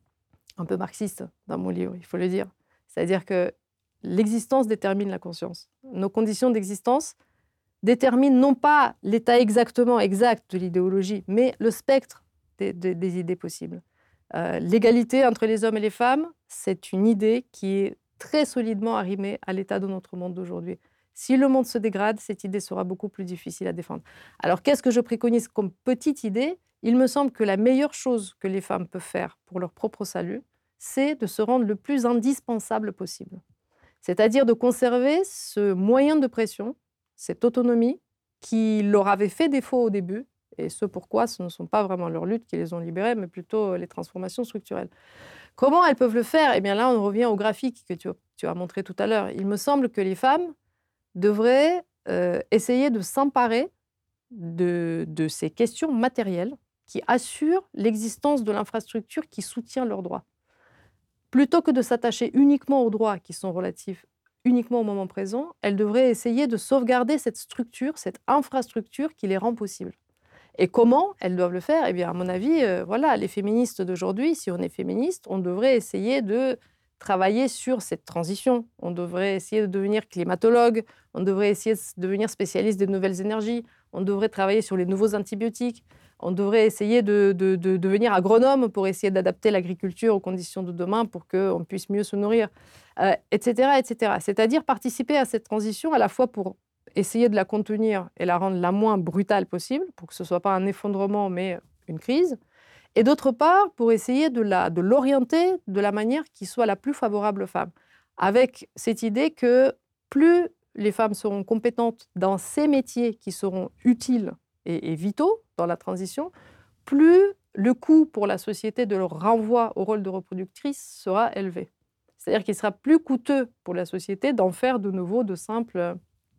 un peu marxiste dans mon livre, il faut le dire. C'est-à-dire que l'existence détermine la conscience. Nos conditions d'existence déterminent non pas l'état exactement exact de l'idéologie, mais le spectre des, des- des idées possibles. Euh, l'égalité entre les hommes et les femmes, c'est une idée qui est très solidement arrimée à l'état de notre monde d'aujourd'hui. Si le monde se dégrade, cette idée sera beaucoup plus difficile à défendre. Alors, qu'est-ce que je préconise comme petite idée? Il me semble que la meilleure chose que les femmes peuvent faire pour leur propre salut, c'est de se rendre le plus indispensable possible. C'est-à-dire de conserver ce moyen de pression, cette autonomie qui leur avait fait défaut au début, et ce pourquoi ce ne sont pas vraiment leurs luttes qui les ont libérées, mais plutôt les transformations structurelles. Comment elles peuvent le faire? Eh bien là, on revient au graphique que tu, tu as montré tout à l'heure. Il me semble que les femmes devraient euh, essayer de s'emparer de, de ces questions matérielles qui assurent l'existence de l'infrastructure qui soutient leurs droits. Plutôt que de s'attacher uniquement aux droits qui sont relatifs uniquement au moment présent, elles devraient essayer de sauvegarder cette structure, cette infrastructure qui les rend possibles. Et comment elles doivent le faire? Eh bien, à mon avis, euh, voilà, les féministes d'aujourd'hui, si on est féministe, on devrait essayer de travailler sur cette transition. On devrait essayer de devenir climatologue, on devrait essayer de devenir spécialiste des nouvelles énergies, on devrait travailler sur les nouveaux antibiotiques, on devrait essayer de, de- de devenir agronome pour essayer d'adapter l'agriculture aux conditions de demain pour qu'on puisse mieux se nourrir, euh, et cetera, et cetera. C'est-à-dire participer à cette transition à la fois pour essayer de la contenir et la rendre la moins brutale possible, pour que ce ne soit pas un effondrement, mais une crise. Et d'autre part, pour essayer de, la, de l'orienter de la manière qui soit la plus favorable aux femmes. Avec cette idée que plus les femmes seront compétentes dans ces métiers qui seront utiles et, et vitaux dans la transition, plus le coût pour la société de leur renvoi au rôle de reproductrice sera élevé. C'est-à-dire qu'il sera plus coûteux pour la société d'en faire de nouveau de simples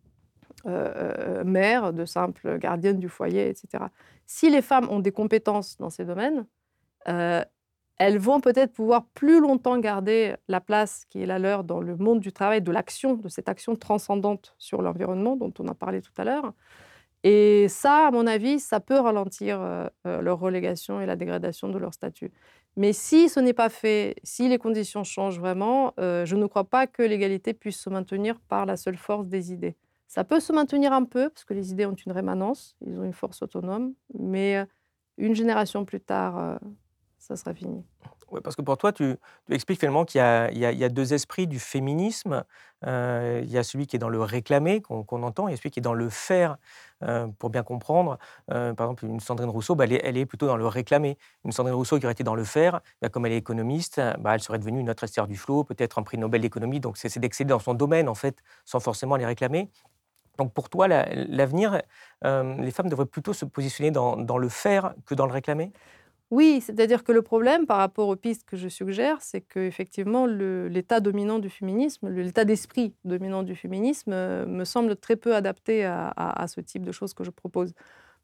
euh, mères, de simples gardiennes du foyer, et cetera. Si les femmes ont des compétences dans ces domaines, euh, elles vont peut-être pouvoir plus longtemps garder la place qui est la leur dans le monde du travail, de l'action, de cette action transcendante sur l'environnement dont on a parlé tout à l'heure. Et ça, à mon avis, ça peut ralentir euh, euh, leur relégation et la dégradation de leur statut. Mais si ce n'est pas fait, si les conditions changent vraiment, euh, je ne crois pas que l'égalité puisse se maintenir par la seule force des idées. Ça peut se maintenir un peu, parce que les idées ont une rémanence, ils ont une force autonome, mais euh, une génération plus tard, euh, ça sera fini.
Ouais, parce que pour toi, tu, tu expliques finalement qu'il y a, il y a- il y a deux esprits du féminisme. Euh, il y a celui qui est dans le réclamer, qu'on qu'on entend, et celui qui est dans le faire, euh, pour bien comprendre. Euh, par exemple, une Sandrine Rousseau, bah, elle, est, elle est plutôt dans le réclamer. Une Sandrine Rousseau qui aurait été dans le faire, bah, comme elle est économiste, bah, elle serait devenue une autre Esther Duflo, peut-être un prix Nobel d'économie. Donc, c'est c'est d'excéder dans son domaine, en fait, sans forcément les réclamer. Donc, pour toi, la- l'avenir, euh, les femmes devraient plutôt se positionner dans, dans le faire que dans le réclamer?
Oui, c'est-à-dire que le problème par rapport aux pistes que je suggère, c'est qu'effectivement, le- l'état dominant du féminisme, le- l'état d'esprit dominant du féminisme, euh, me semble très peu adapté à, à- à ce type de choses que je propose.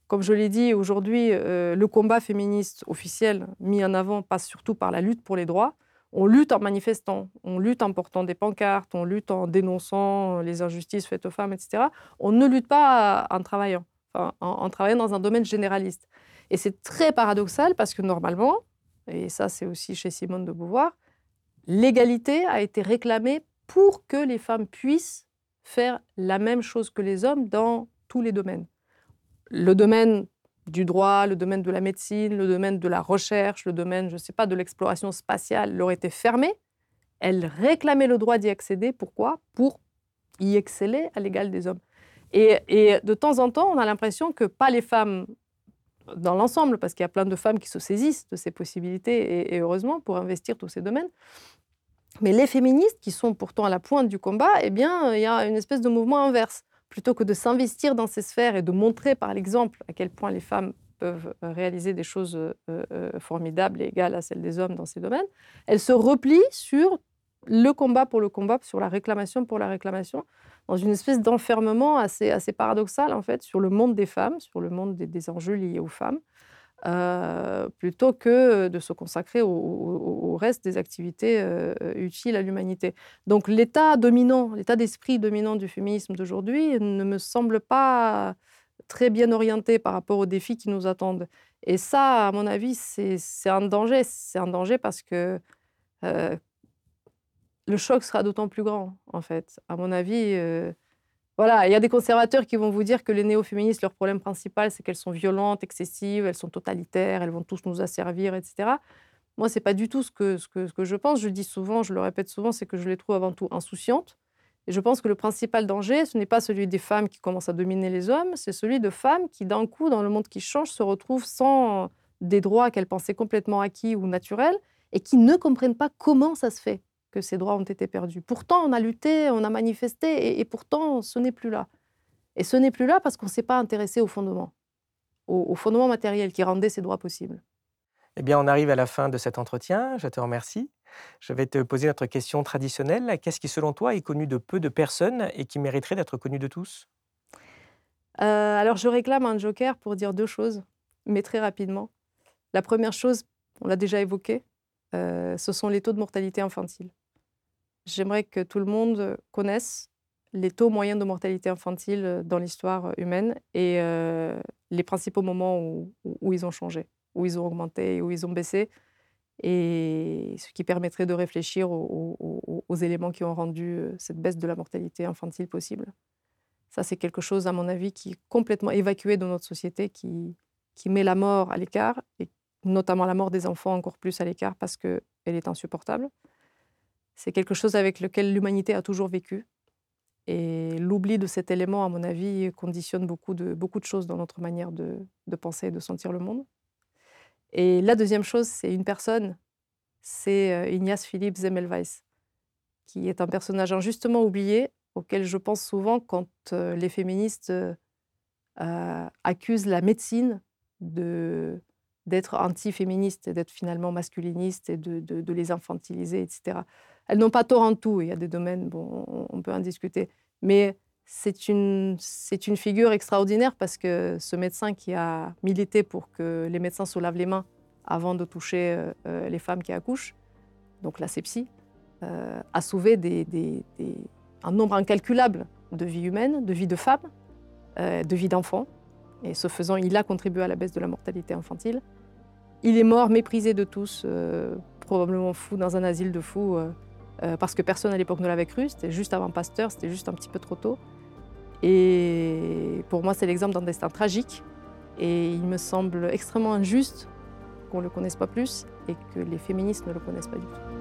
Comme je l'ai dit, aujourd'hui, euh, le combat féministe officiel mis en avant passe surtout par la lutte pour les droits. On lutte en manifestant, on lutte en portant des pancartes, on lutte en dénonçant les injustices faites aux femmes, et cetera. On ne lutte pas en travaillant, enfin, en, en travaillant dans un domaine généraliste. Et c'est très paradoxal parce que normalement, et ça c'est aussi chez Simone de Beauvoir, l'égalité a été réclamée pour que les femmes puissent faire la même chose que les hommes dans tous les domaines. Le domaine du droit, le domaine de la médecine, le domaine de la recherche, le domaine, je ne sais pas, de l'exploration spatiale leur était fermé. Elles réclamaient le droit d'y accéder. Pourquoi ? Pour y exceller à l'égal des hommes. Et, et de temps en temps, on a l'impression que pas les femmes dans l'ensemble, parce qu'il y a plein de femmes qui se saisissent de ces possibilités, et, et heureusement, pour investir tous ces domaines. Mais les féministes, qui sont pourtant à la pointe du combat, eh bien, il y a une espèce de mouvement inverse. Plutôt que de s'investir dans ces sphères et de montrer par l'exemple à quel point les femmes peuvent réaliser des choses euh, euh, formidables et égales à celles des hommes dans ces domaines, elles se replient sur le combat pour le combat, sur la réclamation pour la réclamation, dans une espèce d'enfermement assez, assez paradoxal, en fait, sur le monde des femmes, sur le monde des, des enjeux liés aux femmes, euh, plutôt que de se consacrer au, au, au reste des activités euh, utiles à l'humanité. Donc l'état dominant, l'état d'esprit dominant du féminisme d'aujourd'hui ne me semble pas très bien orienté par rapport aux défis qui nous attendent. Et ça, à mon avis, c'est, c'est un danger. C'est un danger parce que euh, le choc sera d'autant plus grand, en fait. À mon avis... Euh, Voilà, il y a des conservateurs qui vont vous dire que les néo-féministes, leur problème principal, c'est qu'elles sont violentes, excessives, elles sont totalitaires, elles vont tous nous asservir, et cetera. Moi, ce n'est pas du tout ce que, ce, que, ce que je pense. Je le dis souvent, je le répète souvent, c'est que je les trouve avant tout insouciantes. Et je pense que le principal danger, ce n'est pas celui des femmes qui commencent à dominer les hommes, c'est celui de femmes qui, d'un coup, dans le monde qui change, se retrouvent sans des droits qu'elles pensaient complètement acquis ou naturels et qui ne comprennent pas comment ça se fait que ces droits ont été perdus. Pourtant, on a lutté, on a manifesté, et, et pourtant, ce n'est plus là. Et ce n'est plus là parce qu'on ne s'est pas intéressé au fondement, au, au fondement matériel qui rendait ces droits possibles.
Eh bien, on arrive à la fin de cet entretien. Je te remercie. Je vais te poser notre question traditionnelle. Qu'est-ce qui, selon toi, est connu de peu de personnes et qui mériterait d'être connu de tous ?
euh, Alors, je réclame un joker pour dire deux choses, mais très rapidement. La première chose, on l'a déjà évoqué, euh, ce sont les taux de mortalité infantile. J'aimerais que tout le monde connaisse les taux moyens de mortalité infantile dans l'histoire humaine et euh, les principaux moments où, où ils ont changé, où ils ont augmenté, où ils ont baissé, et ce qui permettrait de réfléchir aux, aux, aux éléments qui ont rendu cette baisse de la mortalité infantile possible. Ça, c'est quelque chose, à mon avis, qui est complètement évacué de notre société, qui, qui met la mort à l'écart, et notamment la mort des enfants encore plus à l'écart parce qu'elle est insupportable. C'est quelque chose avec lequel l'humanité a toujours vécu. Et l'oubli de cet élément, à mon avis, conditionne beaucoup de, beaucoup de choses dans notre manière de, de penser et de sentir le monde. Et la deuxième chose, c'est une personne, c'est Ignace Philippe Semmelweis, qui est un personnage injustement oublié, auquel je pense souvent quand euh, les féministes euh, accusent la médecine de... d'être anti-féministes et d'être finalement masculinistes et de, de, de les infantiliser, et cetera. Elles n'ont pas tort en tout. Il y a des domaines, bon, on peut en discuter. Mais c'est une, c'est une figure extraordinaire parce que ce médecin qui a milité pour que les médecins se lavent les mains avant de toucher euh, les femmes qui accouchent, donc l'asepsie, euh, a sauvé des, des, des, un nombre incalculable de vies humaines, de vies de femmes, euh, de vies d'enfants. Et ce faisant, il a contribué à la baisse de la mortalité infantile. Il est mort, méprisé de tous, euh, probablement fou dans un asile de fous, euh, euh, parce que personne à l'époque ne l'avait cru. C'était juste avant Pasteur, c'était juste un petit peu trop tôt. Et pour moi, c'est l'exemple d'un destin tragique. Et il me semble extrêmement injuste qu'on ne le connaisse pas plus et que les féministes ne le connaissent pas du tout.